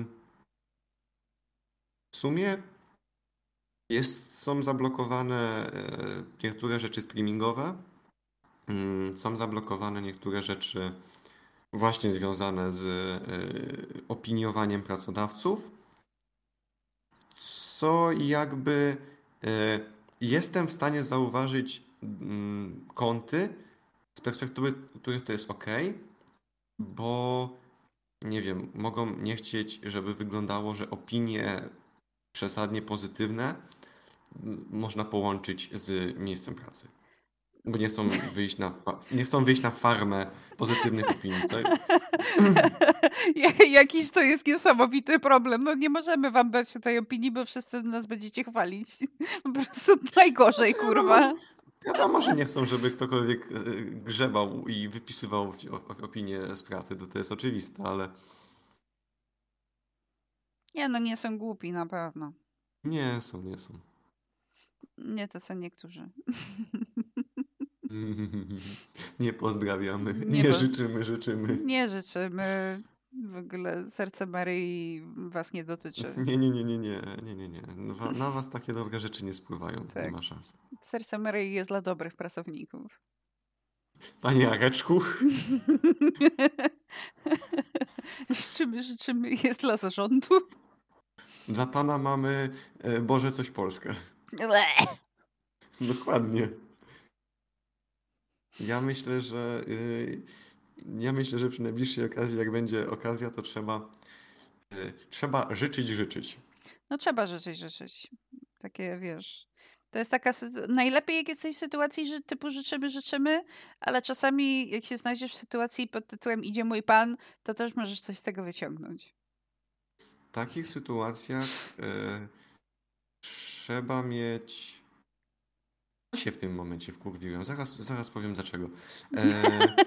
w sumie jest, są zablokowane e, niektóre rzeczy streamingowe. Mm, są zablokowane niektóre rzeczy właśnie związane z e, opiniowaniem pracodawców, co jakby e, jestem w stanie zauważyć mm, kąty z perspektywy, których to jest ok, bo nie wiem, mogą nie chcieć, żeby wyglądało, że opinie przesadnie pozytywne m, można połączyć z miejscem pracy. Bo nie chcą wyjść na, fa- nie chcą wyjść na farmę pozytywnych opinii. Co? Ja- Jakiś to jest niesamowity problem. No nie możemy wam dać tej opinii, bo wszyscy nas będziecie chwalić. Po prostu najgorzej, Znaczy, kurwa. wiadomo, wiadomo, że nie chcą, żeby ktokolwiek e, grzebał i wypisywał w- o- o- opinie z pracy, to to jest oczywiste, ale Nie, no nie są głupi na pewno. nie są, nie są. Nie to co niektórzy. Nie pozdrawiamy, Nie nie po- życzymy, życzymy. Nie życzymy. W ogóle serce Maryi was nie dotyczy. Nie, nie, nie, nie, nie, nie, nie, nie. Wa- Na was takie dobre rzeczy nie spływają, nie Tak. ma szans. Serce Maryi jest dla dobrych pracowników. Panie Areczku, Życzymy, życzymy jest dla zarządu. dla pana mamy e, Boże coś Polskę. Dokładnie. Ja myślę, że y, ja myślę, że przy najbliższej okazji, jak będzie okazja, to trzeba y, trzeba życzyć, życzyć. No trzeba życzyć, życzyć. Takie, wiesz... To jest taka... sy- Najlepiej, jak jesteś w sytuacji, że typu życzymy, życzymy, ale czasami jak się znajdziesz w sytuacji pod tytułem idzie mój pan, to też możesz coś z tego wyciągnąć. W takich sytuacjach y, trzeba mieć. Ja się w tym momencie wkurwiłem. Zaraz, zaraz powiem dlaczego. E,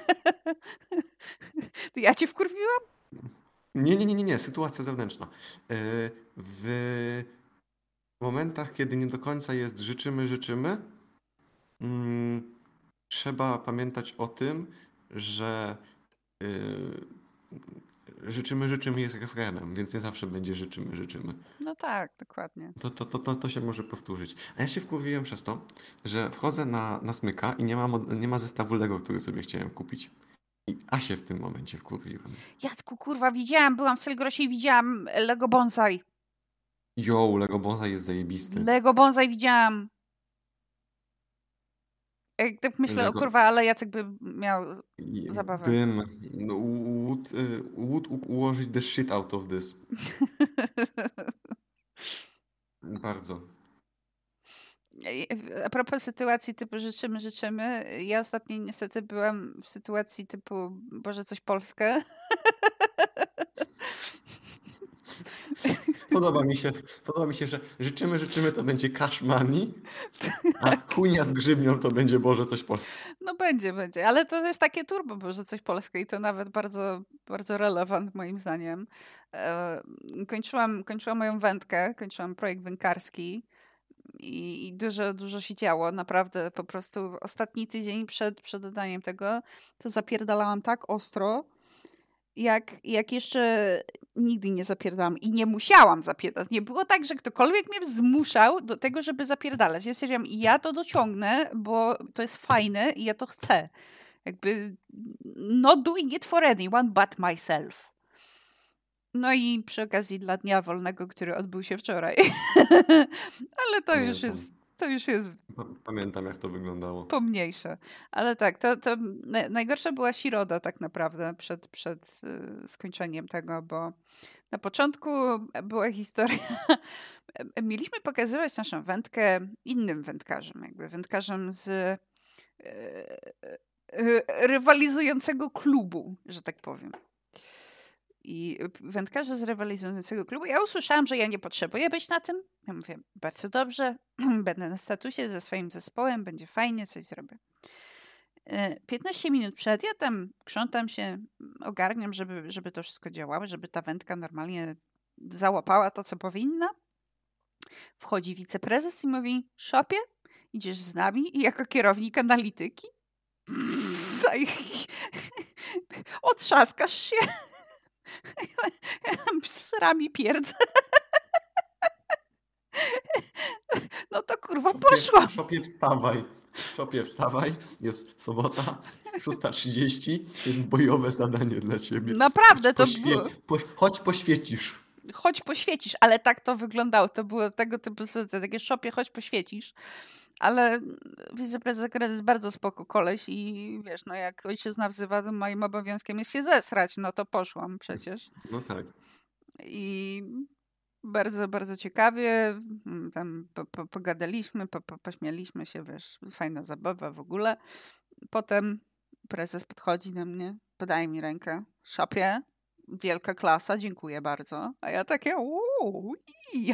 To ja cię wkurwiłam? nie, nie, nie, nie, nie. Sytuacja zewnętrzna. E, w momentach, kiedy nie do końca jest życzymy, życzymy, mm, trzeba pamiętać o tym, że y, życzymy, życzymy jest refrenem, więc nie zawsze będzie życzymy, życzymy. No tak, dokładnie. To, to, to, to, to się może powtórzyć. A ja się wkurwiłem przez to, że wchodzę na, na Smyka i nie ma, mod- nie ma zestawu Lego, który sobie chciałem kupić. I a się w tym momencie wkurwiłem. Jacku, kurwa, widziałam, byłam w Selgrosie i widziałam Lego Bonsai. Jo, Lego Bonsai jest zajebisty. Lego Bonsai widziałam. Jak tak myślę, Lego- o kurwa, ale Jacek by miał I zabawę. Bym no, would, y, would u- ułożyć the shit out of this. Bardzo. A propos sytuacji typu życzymy, życzymy. Ja ostatnio niestety byłam w sytuacji typu Boże coś Polskę. Podoba mi się, podoba mi się, że życzymy, życzymy to będzie cash money, a chujnia z grzybnią to będzie Boże coś Polskie. No będzie, będzie, ale to jest takie turbo Boże coś Polskie i to nawet bardzo, bardzo relevant moim zdaniem. E, kończyłam, kończyłam moją wędkę, kończyłam projekt wędkarski. I, I dużo, dużo się działo. Naprawdę po prostu ostatni tydzień przed, przed dodaniem tego to zapierdalałam tak ostro, jak, jak jeszcze nigdy nie zapierdałam. I nie musiałam zapierdalać. Nie było tak, że ktokolwiek mnie zmuszał do tego, żeby zapierdalać. Ja stwierdziłam, ja to dociągnę, bo to jest fajne i ja to chcę. Jakby not doing it for anyone but myself. No i przy okazji dla Dnia Wolnego, który odbył się wczoraj. Ale to już Pamiętam. jest, to już jest Pa- Pamiętam, jak to wyglądało. pomniejsze. Ale tak, to, to na- najgorsza była środa tak naprawdę przed, przed y, skończeniem tego, bo na początku była historia, e, mieliśmy pokazywać naszą wędkę innym wędkarzom, jakby wędkarzom z e, e, rywalizującego klubu, że tak powiem. I wędkarze z rywalizującego klubu, ja usłyszałam, że ja nie potrzebuję być na tym. Ja mówię, bardzo dobrze, będę na statusie ze swoim zespołem, będzie fajnie, coś zrobię. E, piętnaście minut przed, ja tam krzątam się, ogarniam, żeby, żeby to wszystko działało, żeby ta wędka normalnie załapała to, co powinna. Wchodzi wiceprezes i mówi, Szopie, idziesz z nami i jako kierownik analityki? Otrzaskasz się. Srami pierdzę. No to kurwa poszłam. Szopie, wstawaj. Szopie, wstawaj. Jest sobota, szósta trzydzieści. Jest bojowe zadanie dla ciebie. Naprawdę to Poświe... było... Po... Chodź poświecisz. Chodź poświecisz, ale tak to wyglądało. To było tego typu sytuacja. Takie Szopie, chodź poświecisz. Ale wiceprezes jest bardzo spoko koleś i wiesz, no jak ojczyzna wzywa, to moim obowiązkiem jest się zesrać. No to poszłam przecież. No tak. I bardzo, bardzo ciekawie. Tam po, po, pogadaliśmy, po, po, pośmialiśmy się, wiesz, fajna zabawa w ogóle. Potem prezes podchodzi do mnie, podaje mi rękę. Szopie, wielka klasa, dziękuję bardzo. A ja takie uuu, ja,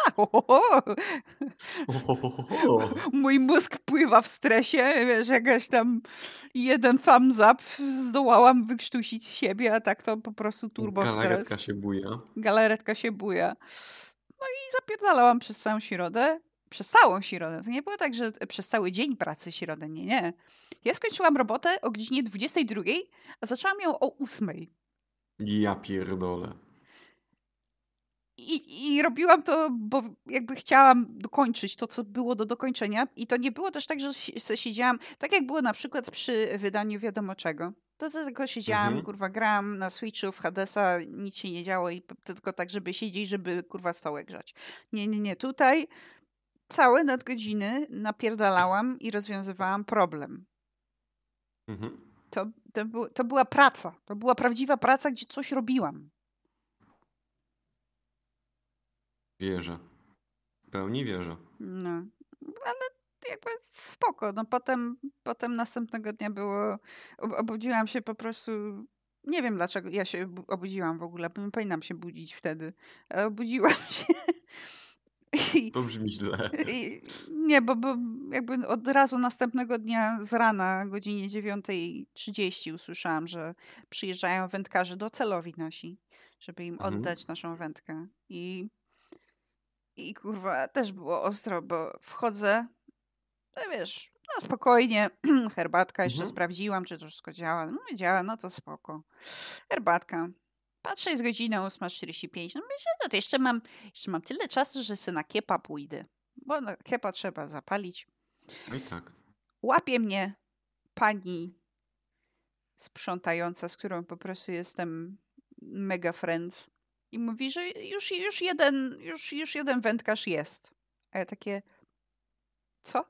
mój mózg pływa w stresie, wiesz, jakaś tam jeden thumbs up zdołałam wykrztusić z siebie, a tak to po prostu turbo stres. Galaretka się buja. Galaretka się buja. No i zapierdalałam przez całą środę. Przez całą środę. To nie było tak, że przez cały dzień pracy środę. Nie, nie. Ja skończyłam robotę o godzinie dwudziestej drugiej, a zaczęłam ją o ósmej. Ja pierdolę. I, I robiłam to, bo jakby chciałam dokończyć to, co było do dokończenia. I to nie było też tak, że si- siedziałam, tak jak było na przykład przy wydaniu wiadomo czego. To tylko siedziałam, Mhm. kurwa, grałam na Switchu w Hadesa, nic się nie działo i p- tylko tak, żeby siedzieć, żeby kurwa stołek grzać. Nie, nie, nie. Tutaj całe nadgodziny napierdalałam i rozwiązywałam problem. Mhm. To, to, był, to była praca. To była prawdziwa praca, gdzie coś robiłam. Wierzę. W pełni wierzę. No, ale jakby spoko. No potem, potem następnego dnia było, ob- obudziłam się po prostu, nie wiem dlaczego ja się obu- obudziłam w ogóle, bo nie powinnam się budzić wtedy, ale obudziłam się i, To brzmi źle. i nie, bo, bo jakby od razu następnego dnia z rana o godzinie dziewiątej trzydzieści usłyszałam, że przyjeżdżają wędkarze docelowi nasi, żeby im Mhm. oddać naszą wędkę i I kurwa, też było ostro, bo wchodzę, no wiesz, no spokojnie, herbatka, jeszcze Mhm. sprawdziłam, czy to wszystko działa. No działa, no to spoko. Herbatka. Patrzę, jest godzina ósma czterdzieści pięć. No myślę, no to jeszcze mam, jeszcze mam tyle czasu, że sobie na kiepa pójdę. Bo na kiepa trzeba zapalić. No i tak. Łapie mnie pani sprzątająca, z którą po prostu jestem mega friends. I mówi, że już, już, jeden, już, już jeden wędkarz jest. A ja takie, co?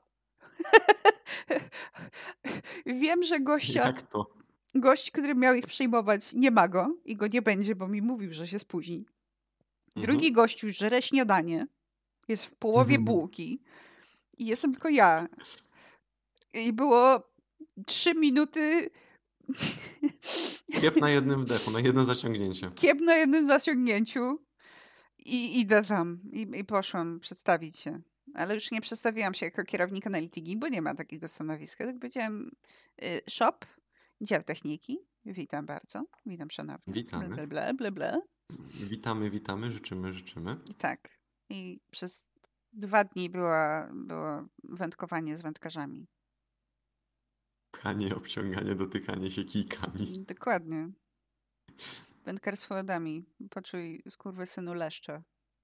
Wiem, że gościa, Jak to? gość, który miał ich przyjmować, nie ma go i go nie będzie, bo mi mówił, że się spóźni. Drugi Mhm. gościu żre śniadanie, jest w połowie bułki i jestem tylko ja. I było trzy minuty Kiep na jednym wdechu, na jedno zaciągnięcie. kiep na jednym zaciągnięciu i idę tam. I, i poszłam przedstawić się. Ale już nie przedstawiłam się jako kierownik analityki, bo nie ma takiego stanowiska. Tak powiedziałam, y, shop, dział techniki. Witam bardzo. Witam szanownie. Witamy. Ble, ble, ble, ble. Witamy, witamy, życzymy, życzymy. I tak. I przez dwa dni była, było wędkowanie z wędkarzami. Pchanie, obciąganie, dotykanie się kijkami. Dokładnie. Wędkarstwo wodami. Poczuj skurwysynu leszcze.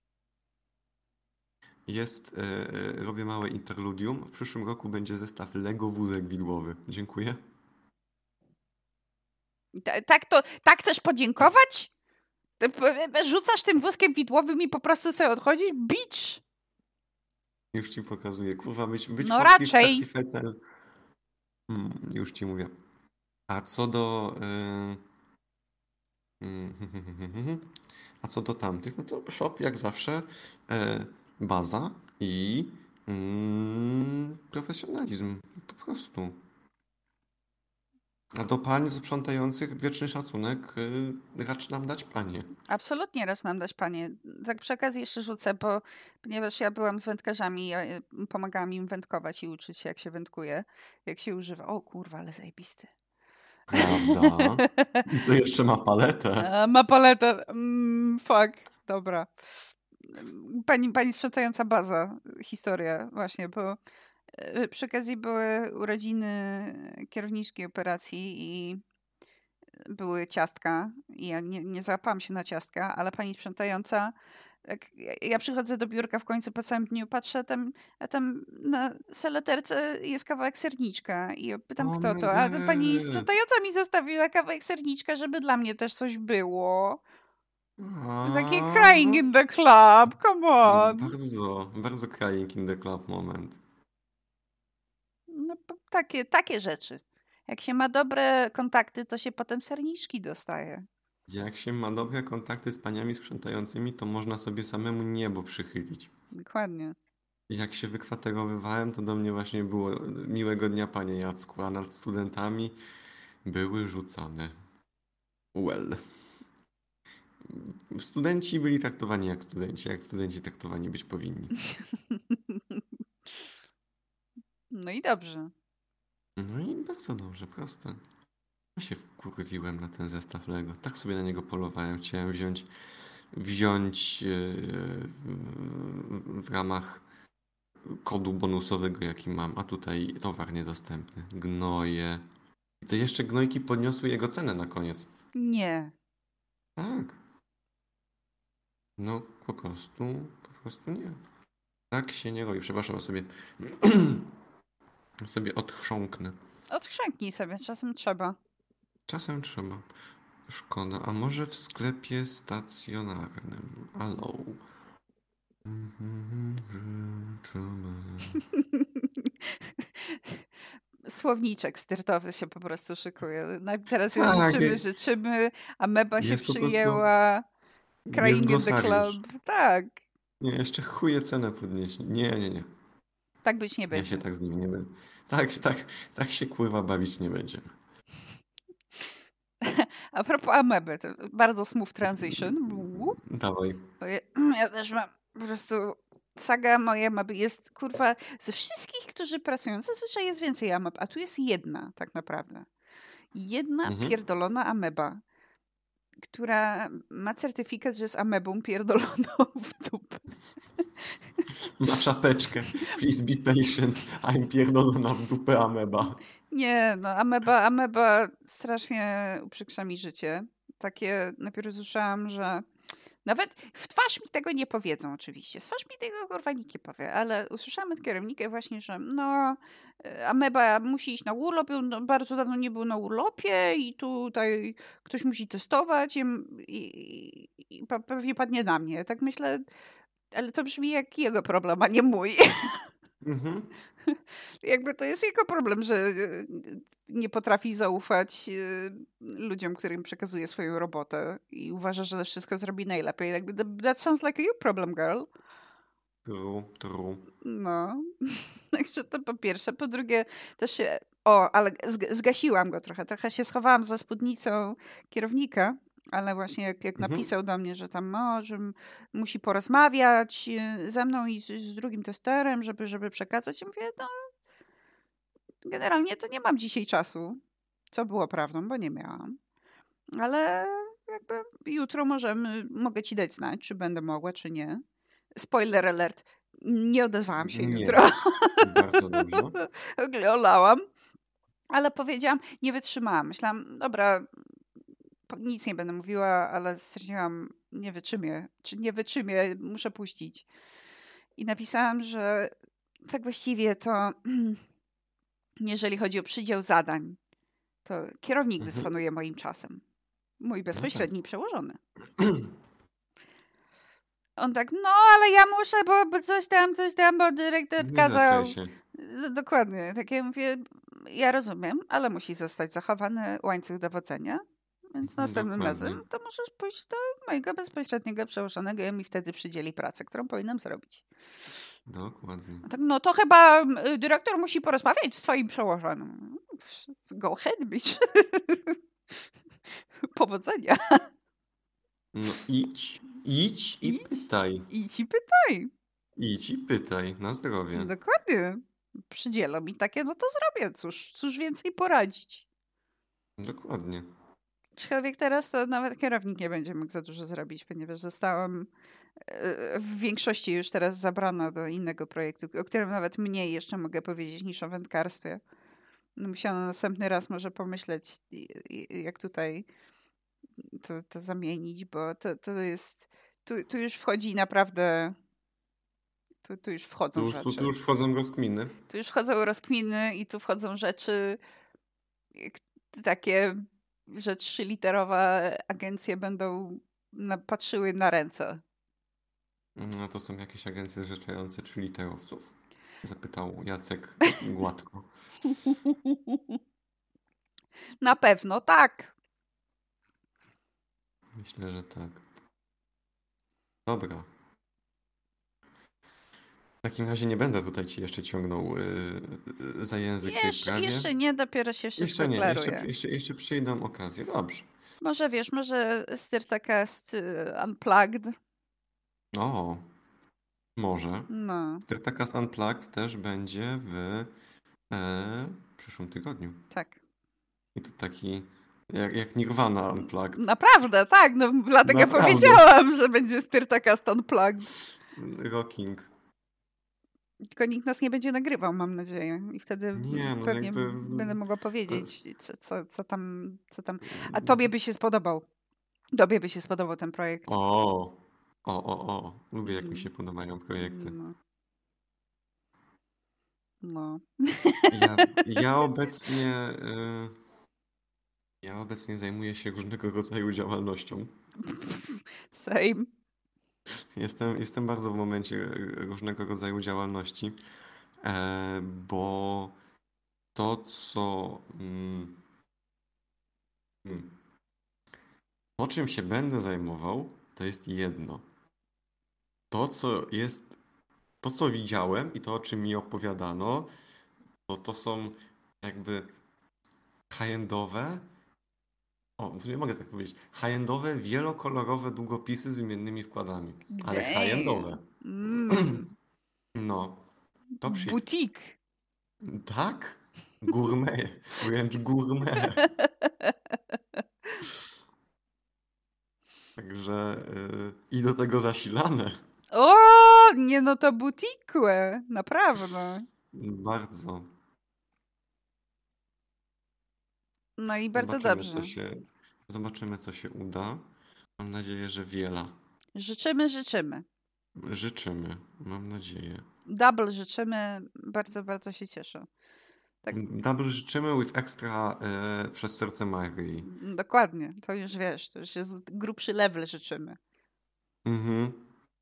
Jest, e, e, robię małe interludium. W przyszłym roku będzie zestaw Lego wózek widłowy. Dziękuję. Ta- Tak to, tak chcesz podziękować? Ty p- Rzucasz tym wózkiem widłowym i po prostu sobie odchodzisz? Bicz! Już ci pokazuję. Kurwa, być, być No forklift raczej. certified na- Hmm, już ci mówię. A co do... e, mm, A co do tamtych, no to shop jak zawsze. E, baza i mm, profesjonalizm. Po prostu. A do pań sprzątających wieczny szacunek y, racz nam dać, panie. Absolutnie raz nam dać, panie. Tak przy okazji jeszcze rzucę, bo ponieważ ja byłam z wędkarzami, ja e, pomagałam im wędkować i uczyć się, jak się wędkuje, jak się używa. O kurwa, ale zajebisty. Prawda? I to jeszcze ma paletę. A, ma paletę. Mm, fuck. Dobra. Pani, pani sprzątająca baza, historia właśnie, bo e, przy okazji były urodziny kierowniczki operacji i były ciastka. I ja nie, nie załapałam się na ciastka, ale pani sprzątająca, jak ja ja przychodzę do biurka w końcu po całym dniu, patrzę tam, a tam na saleterce jest kawałek serniczka i ja pytam, Oh kto my to, a to pani god. sprzątająca mi zostawiła kawałek serniczka, żeby dla mnie też coś było. Takie A, crying in the club, come on. bardzo, bardzo crying in the club moment. No, po- takie, takie rzeczy. Jak się ma dobre kontakty, to się potem serniczki dostaje. Jak się ma dobre kontakty z paniami sprzątającymi, to można sobie samemu niebo przychylić. Dokładnie. Jak się wykwaterowywałem, to do mnie właśnie było miłego dnia, panie Jacku, a nad studentami były rzucane. Well. Studenci byli traktowani jak studenci, jak studenci traktowani być powinni. No i dobrze. No i bardzo dobrze, proste. Ja się wkurwiłem na ten zestaw Lego. Tak sobie na niego polowałem. Chciałem wziąć, wziąć yy, w, w ramach kodu bonusowego, jaki mam, a tutaj towar niedostępny. Gnoje. I to jeszcze gnojki podniosły jego cenę na koniec. Nie. Tak. No po prostu, po prostu nie. Tak się nie robi. Przepraszam, ja sobie sobie odchrząknę. Odchrząknij sobie, czasem trzeba. Czasem trzeba. Szkoda. A może w sklepie stacjonarnym? Allo. Słowniczek styrtowy się po prostu szykuje. Naj- Teraz jest Tak, życzymy, je- życzymy, ameba się jest po prostu, przyjęła, jest crying in the glosariusz. club. Tak, Nie, jeszcze chuje cenę podnieśli. Nie, nie, nie. tak być nie Ja będzie. się tak z nim nie będę. Tak, tak, tak się kurwa bawić nie będziemy. A propos ameby, to bardzo smooth transition. Uuu. Dawaj. Bo ja, ja też mam po prostu saga mojej ameby jest, kurwa, ze wszystkich, którzy pracują, zazwyczaj jest więcej ameb, a tu jest jedna tak naprawdę. Jedna Mhm. pierdolona ameba, która ma certyfikat, że jest amebą pierdoloną w dupę. Ma czapeczkę. Please be patient. I'm pierdolona w dupę ameba. Nie, no ameba, ameba strasznie uprzykrza mi życie. Takie najpierw usłyszałam, że nawet w twarz mi tego nie powiedzą oczywiście. W twarz mi tego kurwa nikt nie powie, ale usłyszałam od kierownika właśnie, że no e, ameba musi iść na urlop, on no, bardzo dawno nie był na urlopie i tutaj ktoś musi testować i, i, i pe- pewnie padnie na mnie. Tak myślę, ale to brzmi jak jego problem, a nie mój. Mhm. Jakby to jest jego problem, że e, nie potrafi zaufać e, ludziom, którym przekazuje swoją robotę i uważa, że wszystko zrobi najlepiej. Jakby that, that sounds like a you problem, girl. True, true. No. Także to po pierwsze. Po drugie też się... O, ale zg- zgasiłam go trochę. Trochę się schowałam za spódnicą kierownika, ale właśnie jak, jak Mhm. napisał do mnie, że tam o, że m- musi porozmawiać e, ze mną i z, z drugim testerem, żeby, żeby przekazać. Ja mówię, no generalnie to nie mam dzisiaj czasu, co było prawdą, bo nie miałam. Ale jakby jutro możemy, mogę ci dać znać, czy będę mogła, czy nie. Spoiler alert, nie odezwałam się Nie. jutro. Bardzo dobrze. Olałam. Ale powiedziałam, nie wytrzymałam. Myślałam, dobra, po- nic nie będę mówiła, ale stwierdziłam, nie wytrzymię. Czy nie wytrzymię, muszę puścić. I napisałam, że tak właściwie to jeżeli chodzi o przydział zadań, to kierownik Mhm. dysponuje moim czasem. Mój bezpośredni przełożony. On tak, no ale ja muszę, bo bo coś tam, coś tam, bo dyrektor Nie kazał. zastraj się. D- Dokładnie. Tak ja mówię, ja rozumiem, ale musi zostać zachowany łańcuch dowodzenia. Więc następnym Dokładnie. razem to możesz pójść do mojego bezpośredniego przełożonego i mi wtedy przydzieli pracę, którą powinnam zrobić. Dokładnie. A tak, no to chyba y, dyrektor musi porozmawiać z twoim przełożonym. Go ahead, bitch. Powodzenia. No idź, idź i Idź. pytaj. Idź i pytaj. Idź i pytaj. Na zdrowie. Dokładnie. Przydzielą mi takie, no to zrobię. Cóż, cóż więcej poradzić. Dokładnie. Aczkolwiek teraz to nawet kierownik nie będzie mógł za dużo zrobić, ponieważ zostałam e, w większości już teraz zabrana do innego projektu, o którym nawet mniej jeszcze mogę powiedzieć niż o wędkarstwie. No, musiałam następny raz może pomyśleć, i- i- jak tutaj to, to zamienić, bo to, to jest... Tu, tu już wchodzi naprawdę... Tu, tu już wchodzą Tu już, tu, rzeczy. tu już wchodzą rozkminy. Tu już wchodzą rozkminy i tu wchodzą rzeczy jak takie, że trzyliterowe agencje będą na, patrzyły na ręce. No to są jakieś agencje zrzeszające trzyliterowców? Zapytał Jacek gładko. Na pewno tak. Myślę, że tak. Dobra. W takim razie nie będę tutaj ci jeszcze ciągnął yy, za język w tej Jeszcze, sprawie. jeszcze nie, dopiero się wszystko Jeszcze nie, klaruje. jeszcze, jeszcze, jeszcze przyjdą okazje. Dobrze. Może wiesz, może Styrtacast y, Unplugged. O, może. No, Styrtacast Unplugged też będzie w e, przyszłym tygodniu. tak. I to taki jak, jak Nirvana Unplugged. Naprawdę, tak. No, dlatego Naprawdę. powiedziałam, że będzie Styrtacast Unplugged. Rocking. Tylko nikt nas nie będzie nagrywał, mam nadzieję. I wtedy Nie, no pewnie jakby- będę mogła powiedzieć, co, co, co, tam, co tam. A tobie by się spodobał. Tobie by się spodobał ten projekt. O, o, o, o. Lubię, jak mi się podobają projekty. No. No. Ja, ja obecnie y, ja obecnie zajmuję się różnego rodzaju działalnością. Same. Jestem, jestem bardzo w momencie y, różnego rodzaju działalności, e, bo to, co mm, hmm, to, czym się będę zajmował, to jest jedno. To, co jest, to, co widziałem i to, o czym mi opowiadano, to, to są jakby high-endowe, o, nie mogę tak powiedzieć, high-endowe, wielokolorowe długopisy z wymiennymi wkładami. Ale Damn. high-endowe. Mm. No, top shit. Butik. Tak? Gourmet. Wręcz gourmet. Także y, i do tego zasilane. O, nie no to butikłe. Naprawdę. Bardzo. No i bardzo Zobaczymy, dobrze. co się, zobaczymy, co się uda. Mam nadzieję, że wiele. Życzymy, życzymy. Życzymy. Mam nadzieję. Double życzymy. Bardzo, bardzo się cieszę. Tak. Double życzymy with extra e, przez serce Marii. Dokładnie. To już wiesz, to już jest grubszy level życzymy. Mhm.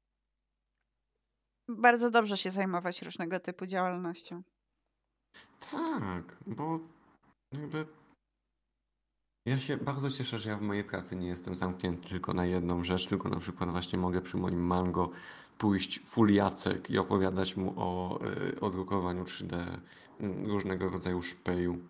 Bardzo dobrze się zajmować różnego typu działalnością. Tak, bo jakby ja się bardzo cieszę, że ja w mojej pracy nie jestem zamknięty tylko na jedną rzecz, tylko na przykład właśnie mogę przy moim Mango pójść full Jacek i opowiadać mu o y, o drukowaniu trzy D y, różnego rodzaju szpeju.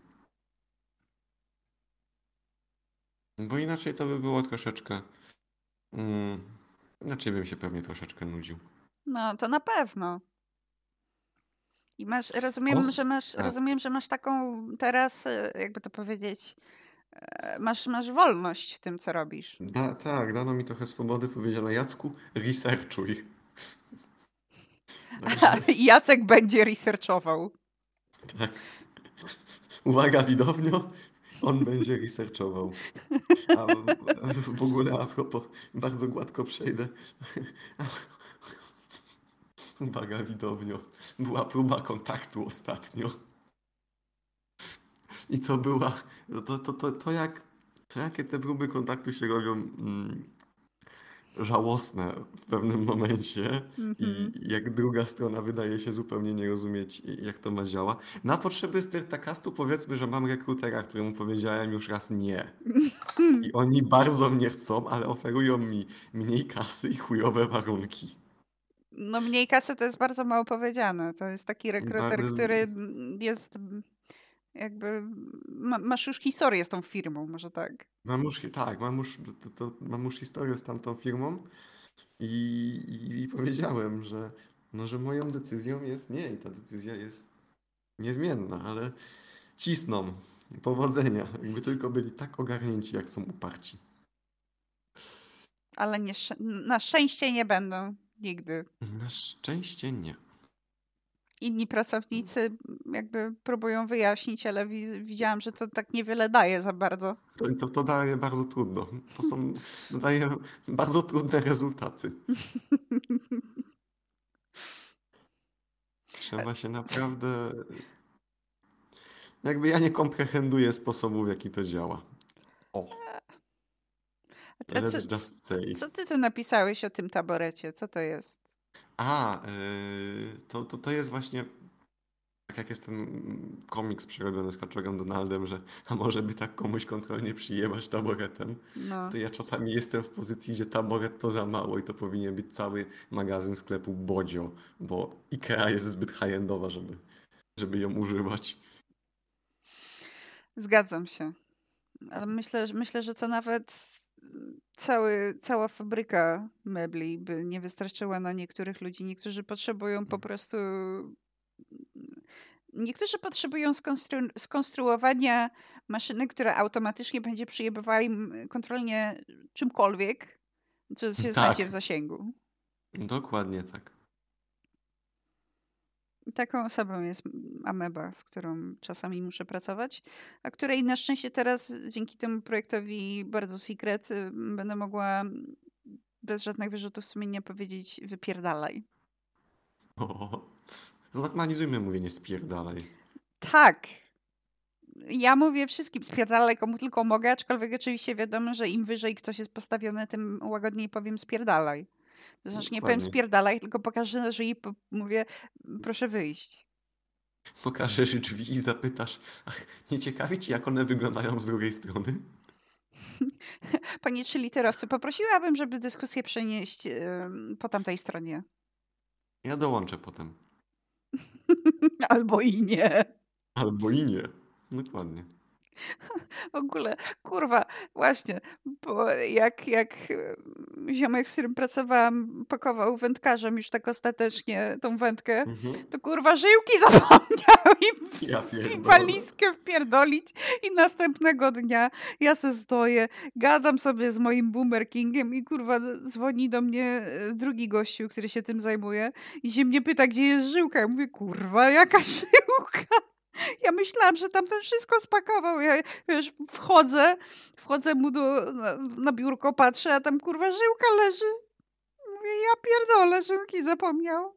Bo inaczej to by było troszeczkę... Mm, inaczej bym się pewnie troszeczkę nudził. No, to na pewno. I masz, rozumiem, Os- że masz, tak. rozumiem, że masz taką teraz, e, jakby to powiedzieć, e, masz, masz wolność w tym, co robisz. Da, tak, dano mi trochę swobody, powiedziano Jacku, researchuj. Także, Jacek będzie researchował. tak. Uwaga widownio, on będzie researchował. A w, w ogóle a propos, bardzo gładko przejdę. Uwaga widownio, była próba kontaktu ostatnio. I to była, to, to, to, to jak, to jakie te próby kontaktu się robią mm, żałosne w pewnym momencie i Mhm. jak druga strona wydaje się zupełnie nie rozumieć, jak to ma działa. Na potrzeby Startacastu powiedzmy, że mam rekrutera, któremu powiedziałem już raz nie. I oni bardzo mnie chcą, ale oferują mi mniej kasy i chujowe warunki. No mniej kasy to jest bardzo mało powiedziane. To jest taki rekruter, Bardzo... który jest jakby... Ma, masz już historię z tą firmą, może tak. Mam już, tak, mam już, to, to, mam już historię z tamtą firmą i, i, i powiedziałem, że, no, że moją decyzją jest nie i ta decyzja jest niezmienna, ale cisną. Powodzenia. Jakby tylko byli tak ogarnięci, jak są uparci. Ale nie, na szczęście nie będą nigdy. Na szczęście nie. Inni pracownicy jakby próbują wyjaśnić, ale widziałam, że to tak niewiele daje za bardzo. To, to, to daje bardzo trudno. To są, to daje bardzo trudne rezultaty. Trzeba się naprawdę... Jakby ja nie komprehenduję sposobu, w jaki to działa. O. A co, Let's just say. co ty tu napisałeś o tym taborecie? Co to jest? A, yy, to, to, to jest właśnie... Tak jak jest ten komiks przerobiony z Kaczorem Donaldem, że a może by tak komuś kontrolnie przyjebać taboretem, No. to ja czasami jestem w pozycji, że taboret to za mało i to powinien być cały magazyn sklepu Bodzio, bo Ikea jest zbyt high-endowa, żeby, żeby ją używać. Zgadzam się. Ale myślę, że- myślę, że to nawet cały, cała fabryka mebli by nie wystarczyła na niektórych ludzi. Niektórzy potrzebują po prostu... Niektórzy potrzebują skonstru- skonstruowania maszyny, która automatycznie będzie przyjebywała im kontrolnie czymkolwiek, co się znajdzie w Tak, zasięgu. dokładnie tak. I taką osobą jest Ameba, z którą czasami muszę pracować, a której na szczęście teraz dzięki temu projektowi Bardzo Secret y, będę mogła bez żadnych wyrzutów sumienia powiedzieć wypierdalaj. O, znormalizujmy mówienie spierdalaj. Tak! Ja mówię wszystkim spierdalaj, komu tylko mogę, aczkolwiek oczywiście wiadomo, że im wyżej ktoś jest postawiony, tym łagodniej powiem spierdalaj. To znaczy nie powiem Dokładnie. spierdalaj, tylko pokażę, że jej po- mówię proszę wyjść. Pokażesz drzwi i zapytasz, ach, nie ciekawi cię, jak one wyglądają z drugiej strony? Panie trzyliterowcy, poprosiłabym, żeby dyskusję przenieść ym, po tamtej stronie. Ja dołączę potem. Albo i nie. Albo i nie. Dokładnie. W ogóle, kurwa, właśnie, bo jak, jak y, ziomek, z którym pracowałam, pakował wędkarzem już tak ostatecznie tą wędkę, Mhm. to kurwa żyłki zapomniał i, Ja i pierdolę. walizkę wpierdolić i następnego dnia ja se stoję, gadam sobie z moim Boomer Kingiem i kurwa dzwoni do mnie y, drugi gościu, który się tym zajmuje i się mnie pyta, gdzie jest żyłka. Ja mówię, kurwa, jaka żyłka? Ja myślałam, że tamten wszystko spakował. Ja, wiesz, wchodzę, wchodzę mu do, na, na biurko, patrzę, a tam kurwa żyłka leży. Mówię, ja pierdolę, żyłki zapomniał.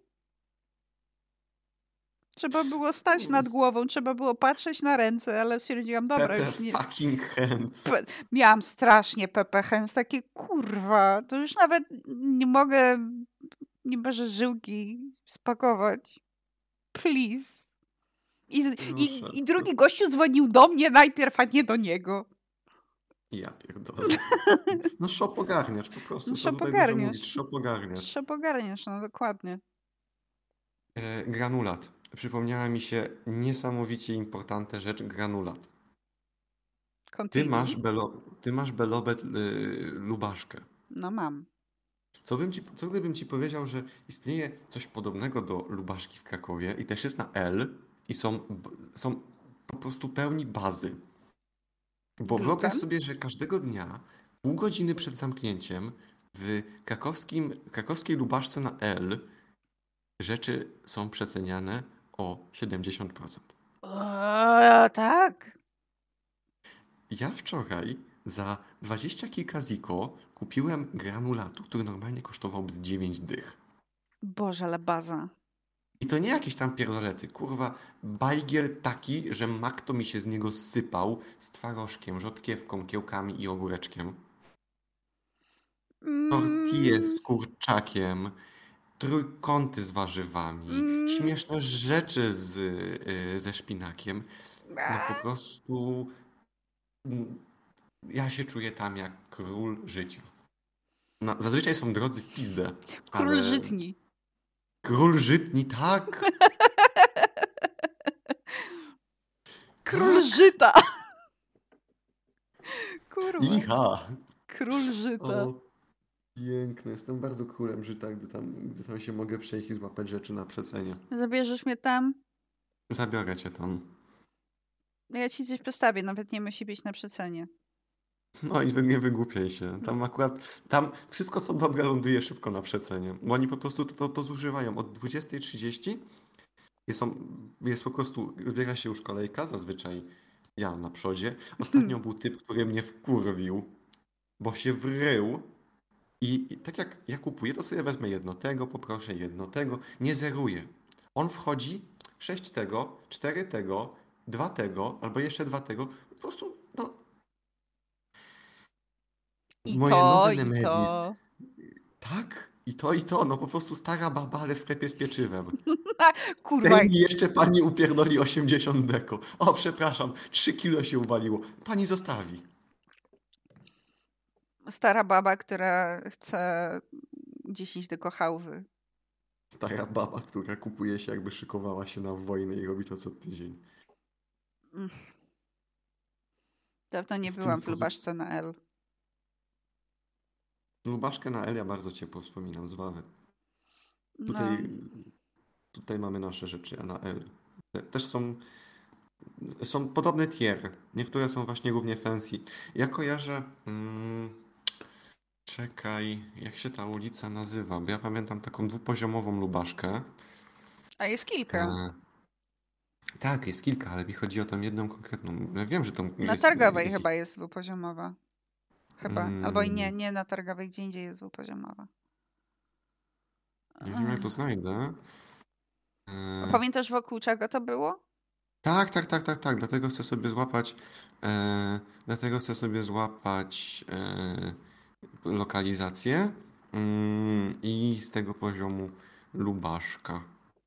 Trzeba było stać nad głową, trzeba było patrzeć na ręce, ale stwierdziłam, dobra, Pepe już nie. fucking hands. Pe- Miałam strasznie Pepe Hands, takie kurwa, to już nawet nie mogę, nie może żyłki spakować. Please. I, z- i, Proszę. I drugi gościu dzwonił do mnie najpierw, a nie do niego. Ja pierdolę. No shop ogarniacz po prostu. No Co shop tutaj dużo ogarniasz. mówić? Shop ogarniacz. Shop ogarniasz, no dokładnie. E, granulat. Przypomniała mi się niesamowicie importantna rzecz. Granulat. Ty Continue. masz, belo, ty masz belobet y, lubaszkę. No mam. Co, bym ci, co gdybym ci powiedział, że istnieje coś podobnego do lubaszki w Krakowie i też jest na L i są, b- są po prostu pełni bazy. Bo Gluten? wyobraź sobie, że każdego dnia, pół godziny przed zamknięciem, w krakowskim, krakowskiej lubaszce na L rzeczy są przeceniane o siedemdziesiąt procent. Eee, tak. Ja wczoraj za dwadzieścia kilka ziko kupiłem granulatu, który normalnie kosztowałby z dziewięć dych. Boże, ale baza. I to nie jakieś tam pierdolety, kurwa, bajgiel taki, że mak to mi się z niego sypał z twarożkiem, rzodkiewką, kiełkami i ogóreczkiem. tortille Mm, z kurczakiem, trójkąty z warzywami, mm, śmieszne rzeczy z, y, ze szpinakiem. No po a, prostu mm, ja się czuję tam jak król życia. No, zazwyczaj są drodzy w pizdę, Król ale żytni. król żytni, tak, Król tak, żyta. Kurwa. iha. Król żyta. O, piękne, jestem bardzo królem żyta, gdy tam, gdy tam się mogę przejść i złapać rzeczy na przecenie. Zabierzesz mnie tam? Zabiorę cię tam. Ja ci coś postawię, nawet nie musi być na przecenie. No i wy nie wygłupiaj się. Tam akurat, tam wszystko co dobre ląduje szybko na przecenie, bo oni po prostu to, to, to zużywają. Od dwudziestej trzydzieści jest, są, jest po prostu, zbiera się już kolejka, zazwyczaj ja na przodzie. Ostatnio był typ, który mnie wkurwił, bo się wrył i, i tak jak ja kupuję, to sobie wezmę jedno tego, poproszę jedno tego, nie zeruję. On wchodzi, sześć tego, cztery tego, dwa tego, albo jeszcze dwa tego, po prostu, no, I moje to, nowe i Nemesis. to. Tak, i to, i to, no po prostu stara baba, ale w sklepie z pieczywem. Kurwa, Tej mi jeszcze pani upierdoli osiemdziesiąt deko. O, przepraszam, trzy kilo się uwaliło. Pani zostawi. stara baba, która chce dziesięć do kochałwy. Stara baba, która kupuje się jakby szykowała się na wojnę i robi to co tydzień. Mm. Dawno nie W tym byłam w pozy- Lubaszce na L. Lubaszkę na Elia bardzo ciepło wspominam z Wawy. No, Tutaj, tutaj mamy nasze rzeczy, a na L. Te- Też są, są podobne tier. Niektóre są właśnie równie fancy. Ja kojarzę... Mm, czekaj, jak się ta ulica nazywa? Bo ja pamiętam taką dwupoziomową Lubaszkę. a jest kilka. E, tak, jest kilka, ale mi chodzi o tą jedną konkretną. Ja wiem, że to Na jest, Targowej jest ich... chyba jest dwupoziomowa. Chyba. Albo i nie, Mm, nie na Targowej, gdzie indziej jest dwupoziomowa. nie wiem, jak to Ech. znajdę. A E, pamiętasz, wokół czego to było? tak, tak, tak, tak, tak. Dlatego chcę sobie złapać. E, dlatego chcę sobie złapać e, lokalizację mm, i z tego poziomu Lubaszka.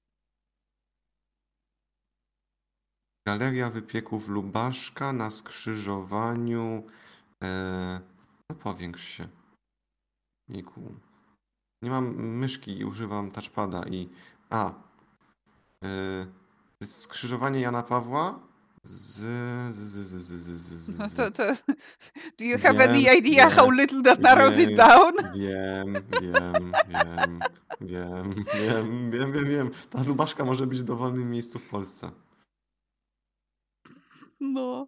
Galeria Wypieków Lubaszka na skrzyżowaniu. E, no powiększ się. Niku. Nie mam myszki i używam touchpada i... A. Yy, to jest skrzyżowanie Jana Pawła z... z, z, z, z, z, z, No z. to, to... Do you have any Wiem, idea how wiem, little that narrows it wiem, down? wiem, wiem, wiem, wiem, wiem, wiem, wiem, wiem. Ta Lubaszka może być w dowolnym miejscu w Polsce. No.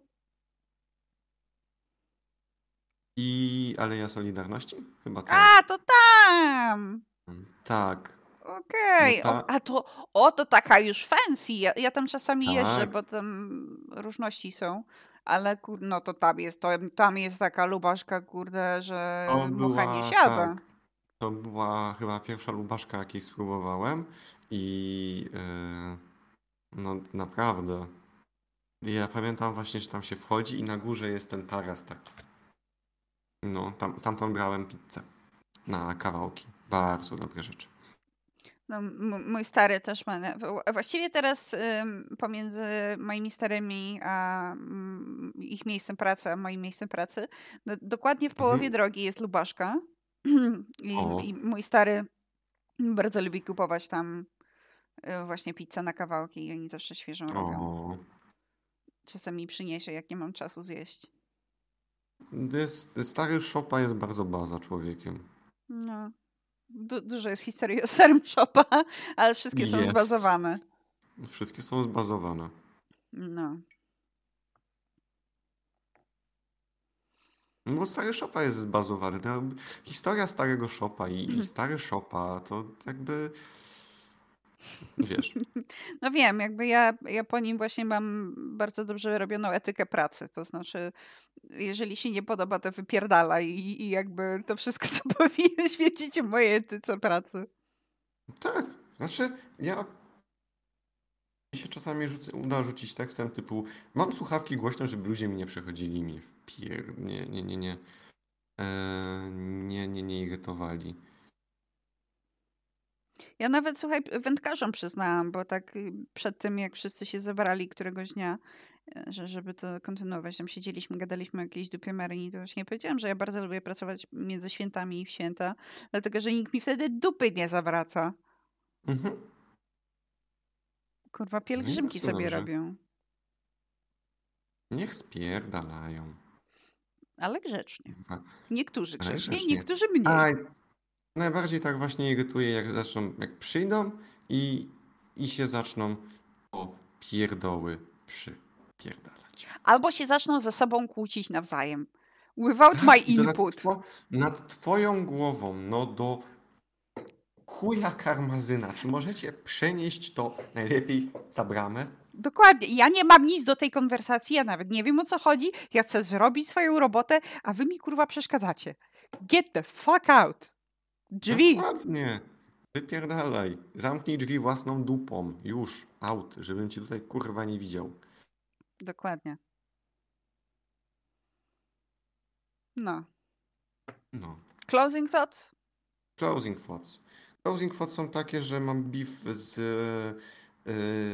I Aleja Solidarności? Chyba tak. A, to tam! Tak. No Okej. O, ta... a to, o, to taka już fancy. Ja, ja tam czasami jeżdżę, Tak. bo tam różności są. Ale kur, no to tam jest, to, tam jest taka lubaszka, kurde, że To mucha nie była... siada. Tak. To była chyba pierwsza Lubaszka, jakiej spróbowałem. I... Yy... No naprawdę. Ja pamiętam właśnie, że tam się wchodzi i na górze jest ten taras taki. No, tam, stamtąd brałem pizzę na kawałki. Bardzo dobre rzeczy. No, m- mój stary też ma. na- w- Właściwie teraz ym, pomiędzy moimi starymi a mm, ich miejscem pracy, a moim miejscem pracy, do, dokładnie w połowie Mhm. drogi jest Lubaszka. I, O, I mój stary bardzo lubi kupować tam y, właśnie pizzę na kawałki i oni zawsze świeżą robią. o. Czasem mi przyniesie, jak nie mam czasu zjeść. Jest, stary Szopa jest bardzo baza człowiekiem. No. Du- dużo jest historii o starym shopa, ale wszystkie są Jest. zbazowane. Wszystkie są zbazowane. No. No bo stary Szopa jest zbazowany. No, historia starego Szopa i, i stary Szopa to jakby... Wiesz. No wiem, jakby ja, ja po nim właśnie mam bardzo dobrze robioną etykę pracy. To znaczy, jeżeli się nie podoba, to wypierdala i, i jakby to wszystko, co powinieneś wiedzieć o mojej etyce pracy. Tak. Znaczy, ja mi się czasami rzucę, uda rzucić tekstem typu mam słuchawki głośno, żeby ludzie mi nie przychodzili i mnie wpier... Nie, nie, nie, nie. e, nie, nie, nie irytowali. Ja nawet, słuchaj, wędkarzom przyznałam, bo tak y, przed tym, jak wszyscy się zebrali któregoś dnia, e, że żeby to kontynuować, tam siedzieliśmy, gadaliśmy o jakiejś dupie Maryni, to właśnie powiedziałam, że ja bardzo lubię pracować między świętami i w święta, dlatego, że nikt mi wtedy dupy nie zawraca. Mhm. Kurwa, No i pielgrzymki bardzo sobie dobrze. robią, Niech spierdalają. ale grzecznie. Kurwa. Niektórzy Ale grzecznie, grzecznie. niektórzy mniej. A najbardziej tak właśnie irytuje, jak zaczną, jak przyjdą i, i się zaczną o pierdoły przypierdalać. Albo się zaczną ze sobą kłócić nawzajem. Without my Tak, i to nad, input. two, nad twoją głową, no do chuja karmazyna. Czy możecie przenieść to najlepiej za bramę? Dokładnie. Ja nie mam nic do tej konwersacji, ja nawet nie wiem, o co chodzi. Ja chcę zrobić swoją robotę, a wy mi kurwa przeszkadzacie. Get the fuck out. Drzwi. Dokładnie. Wypierdalaj. Zamknij drzwi własną dupą. Już. Out. Żebym cię tutaj kurwa nie widział. Dokładnie. No. No. Closing thoughts? Closing thoughts. Closing thoughts są takie, że mam beef z, yy,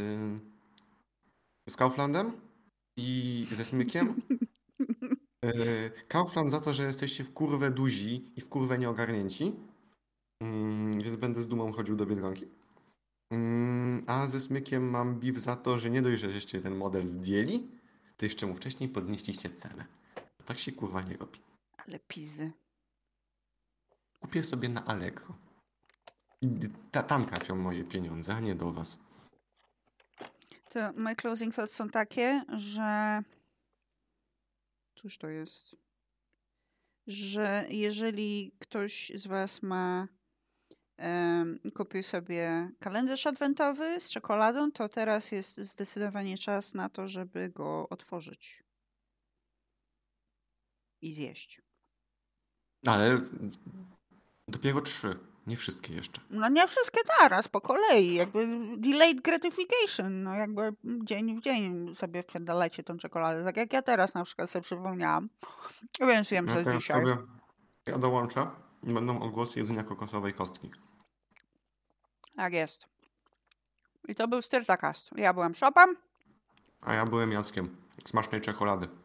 z Kauflandem i ze Smykiem. Yy, Kaufland za to, że jesteście w kurwę duzi i w kurwę nieogarnięci. Yy, więc będę z dumą chodził do Biedronki. Yy, a ze Smykiem mam beef za to, że nie dość, że żeście ten model zdjęli, to jeszcze mu wcześniej podnieśliście cenę. Tak się kurwa nie robi. Ale pizzy. Kupię sobie na Allegro. I ta, tam trafią moje pieniądze, a nie do was. To moje closing thoughts są takie, że... Cóż to jest? Że jeżeli ktoś z was ma em, kupił sobie kalendarz adwentowy z czekoladą, to teraz jest zdecydowanie czas na to, żeby go otworzyć i zjeść. Ale dopiero trzy. Nie wszystkie jeszcze. No nie wszystkie naraz, po kolei, jakby delayed gratification, no jakby dzień w dzień sobie wpierdalajcie tą czekoladę, tak jak ja teraz na przykład sobie przypomniałam, więc jem Ja to teraz dzisiaj. sobie ja dołączę i będą odgłosy jedzenia kokosowej kostki. Tak jest. I to był Styrtakast. Ja byłam Szopam. A ja byłem Jackiem. Smacznej czekolady.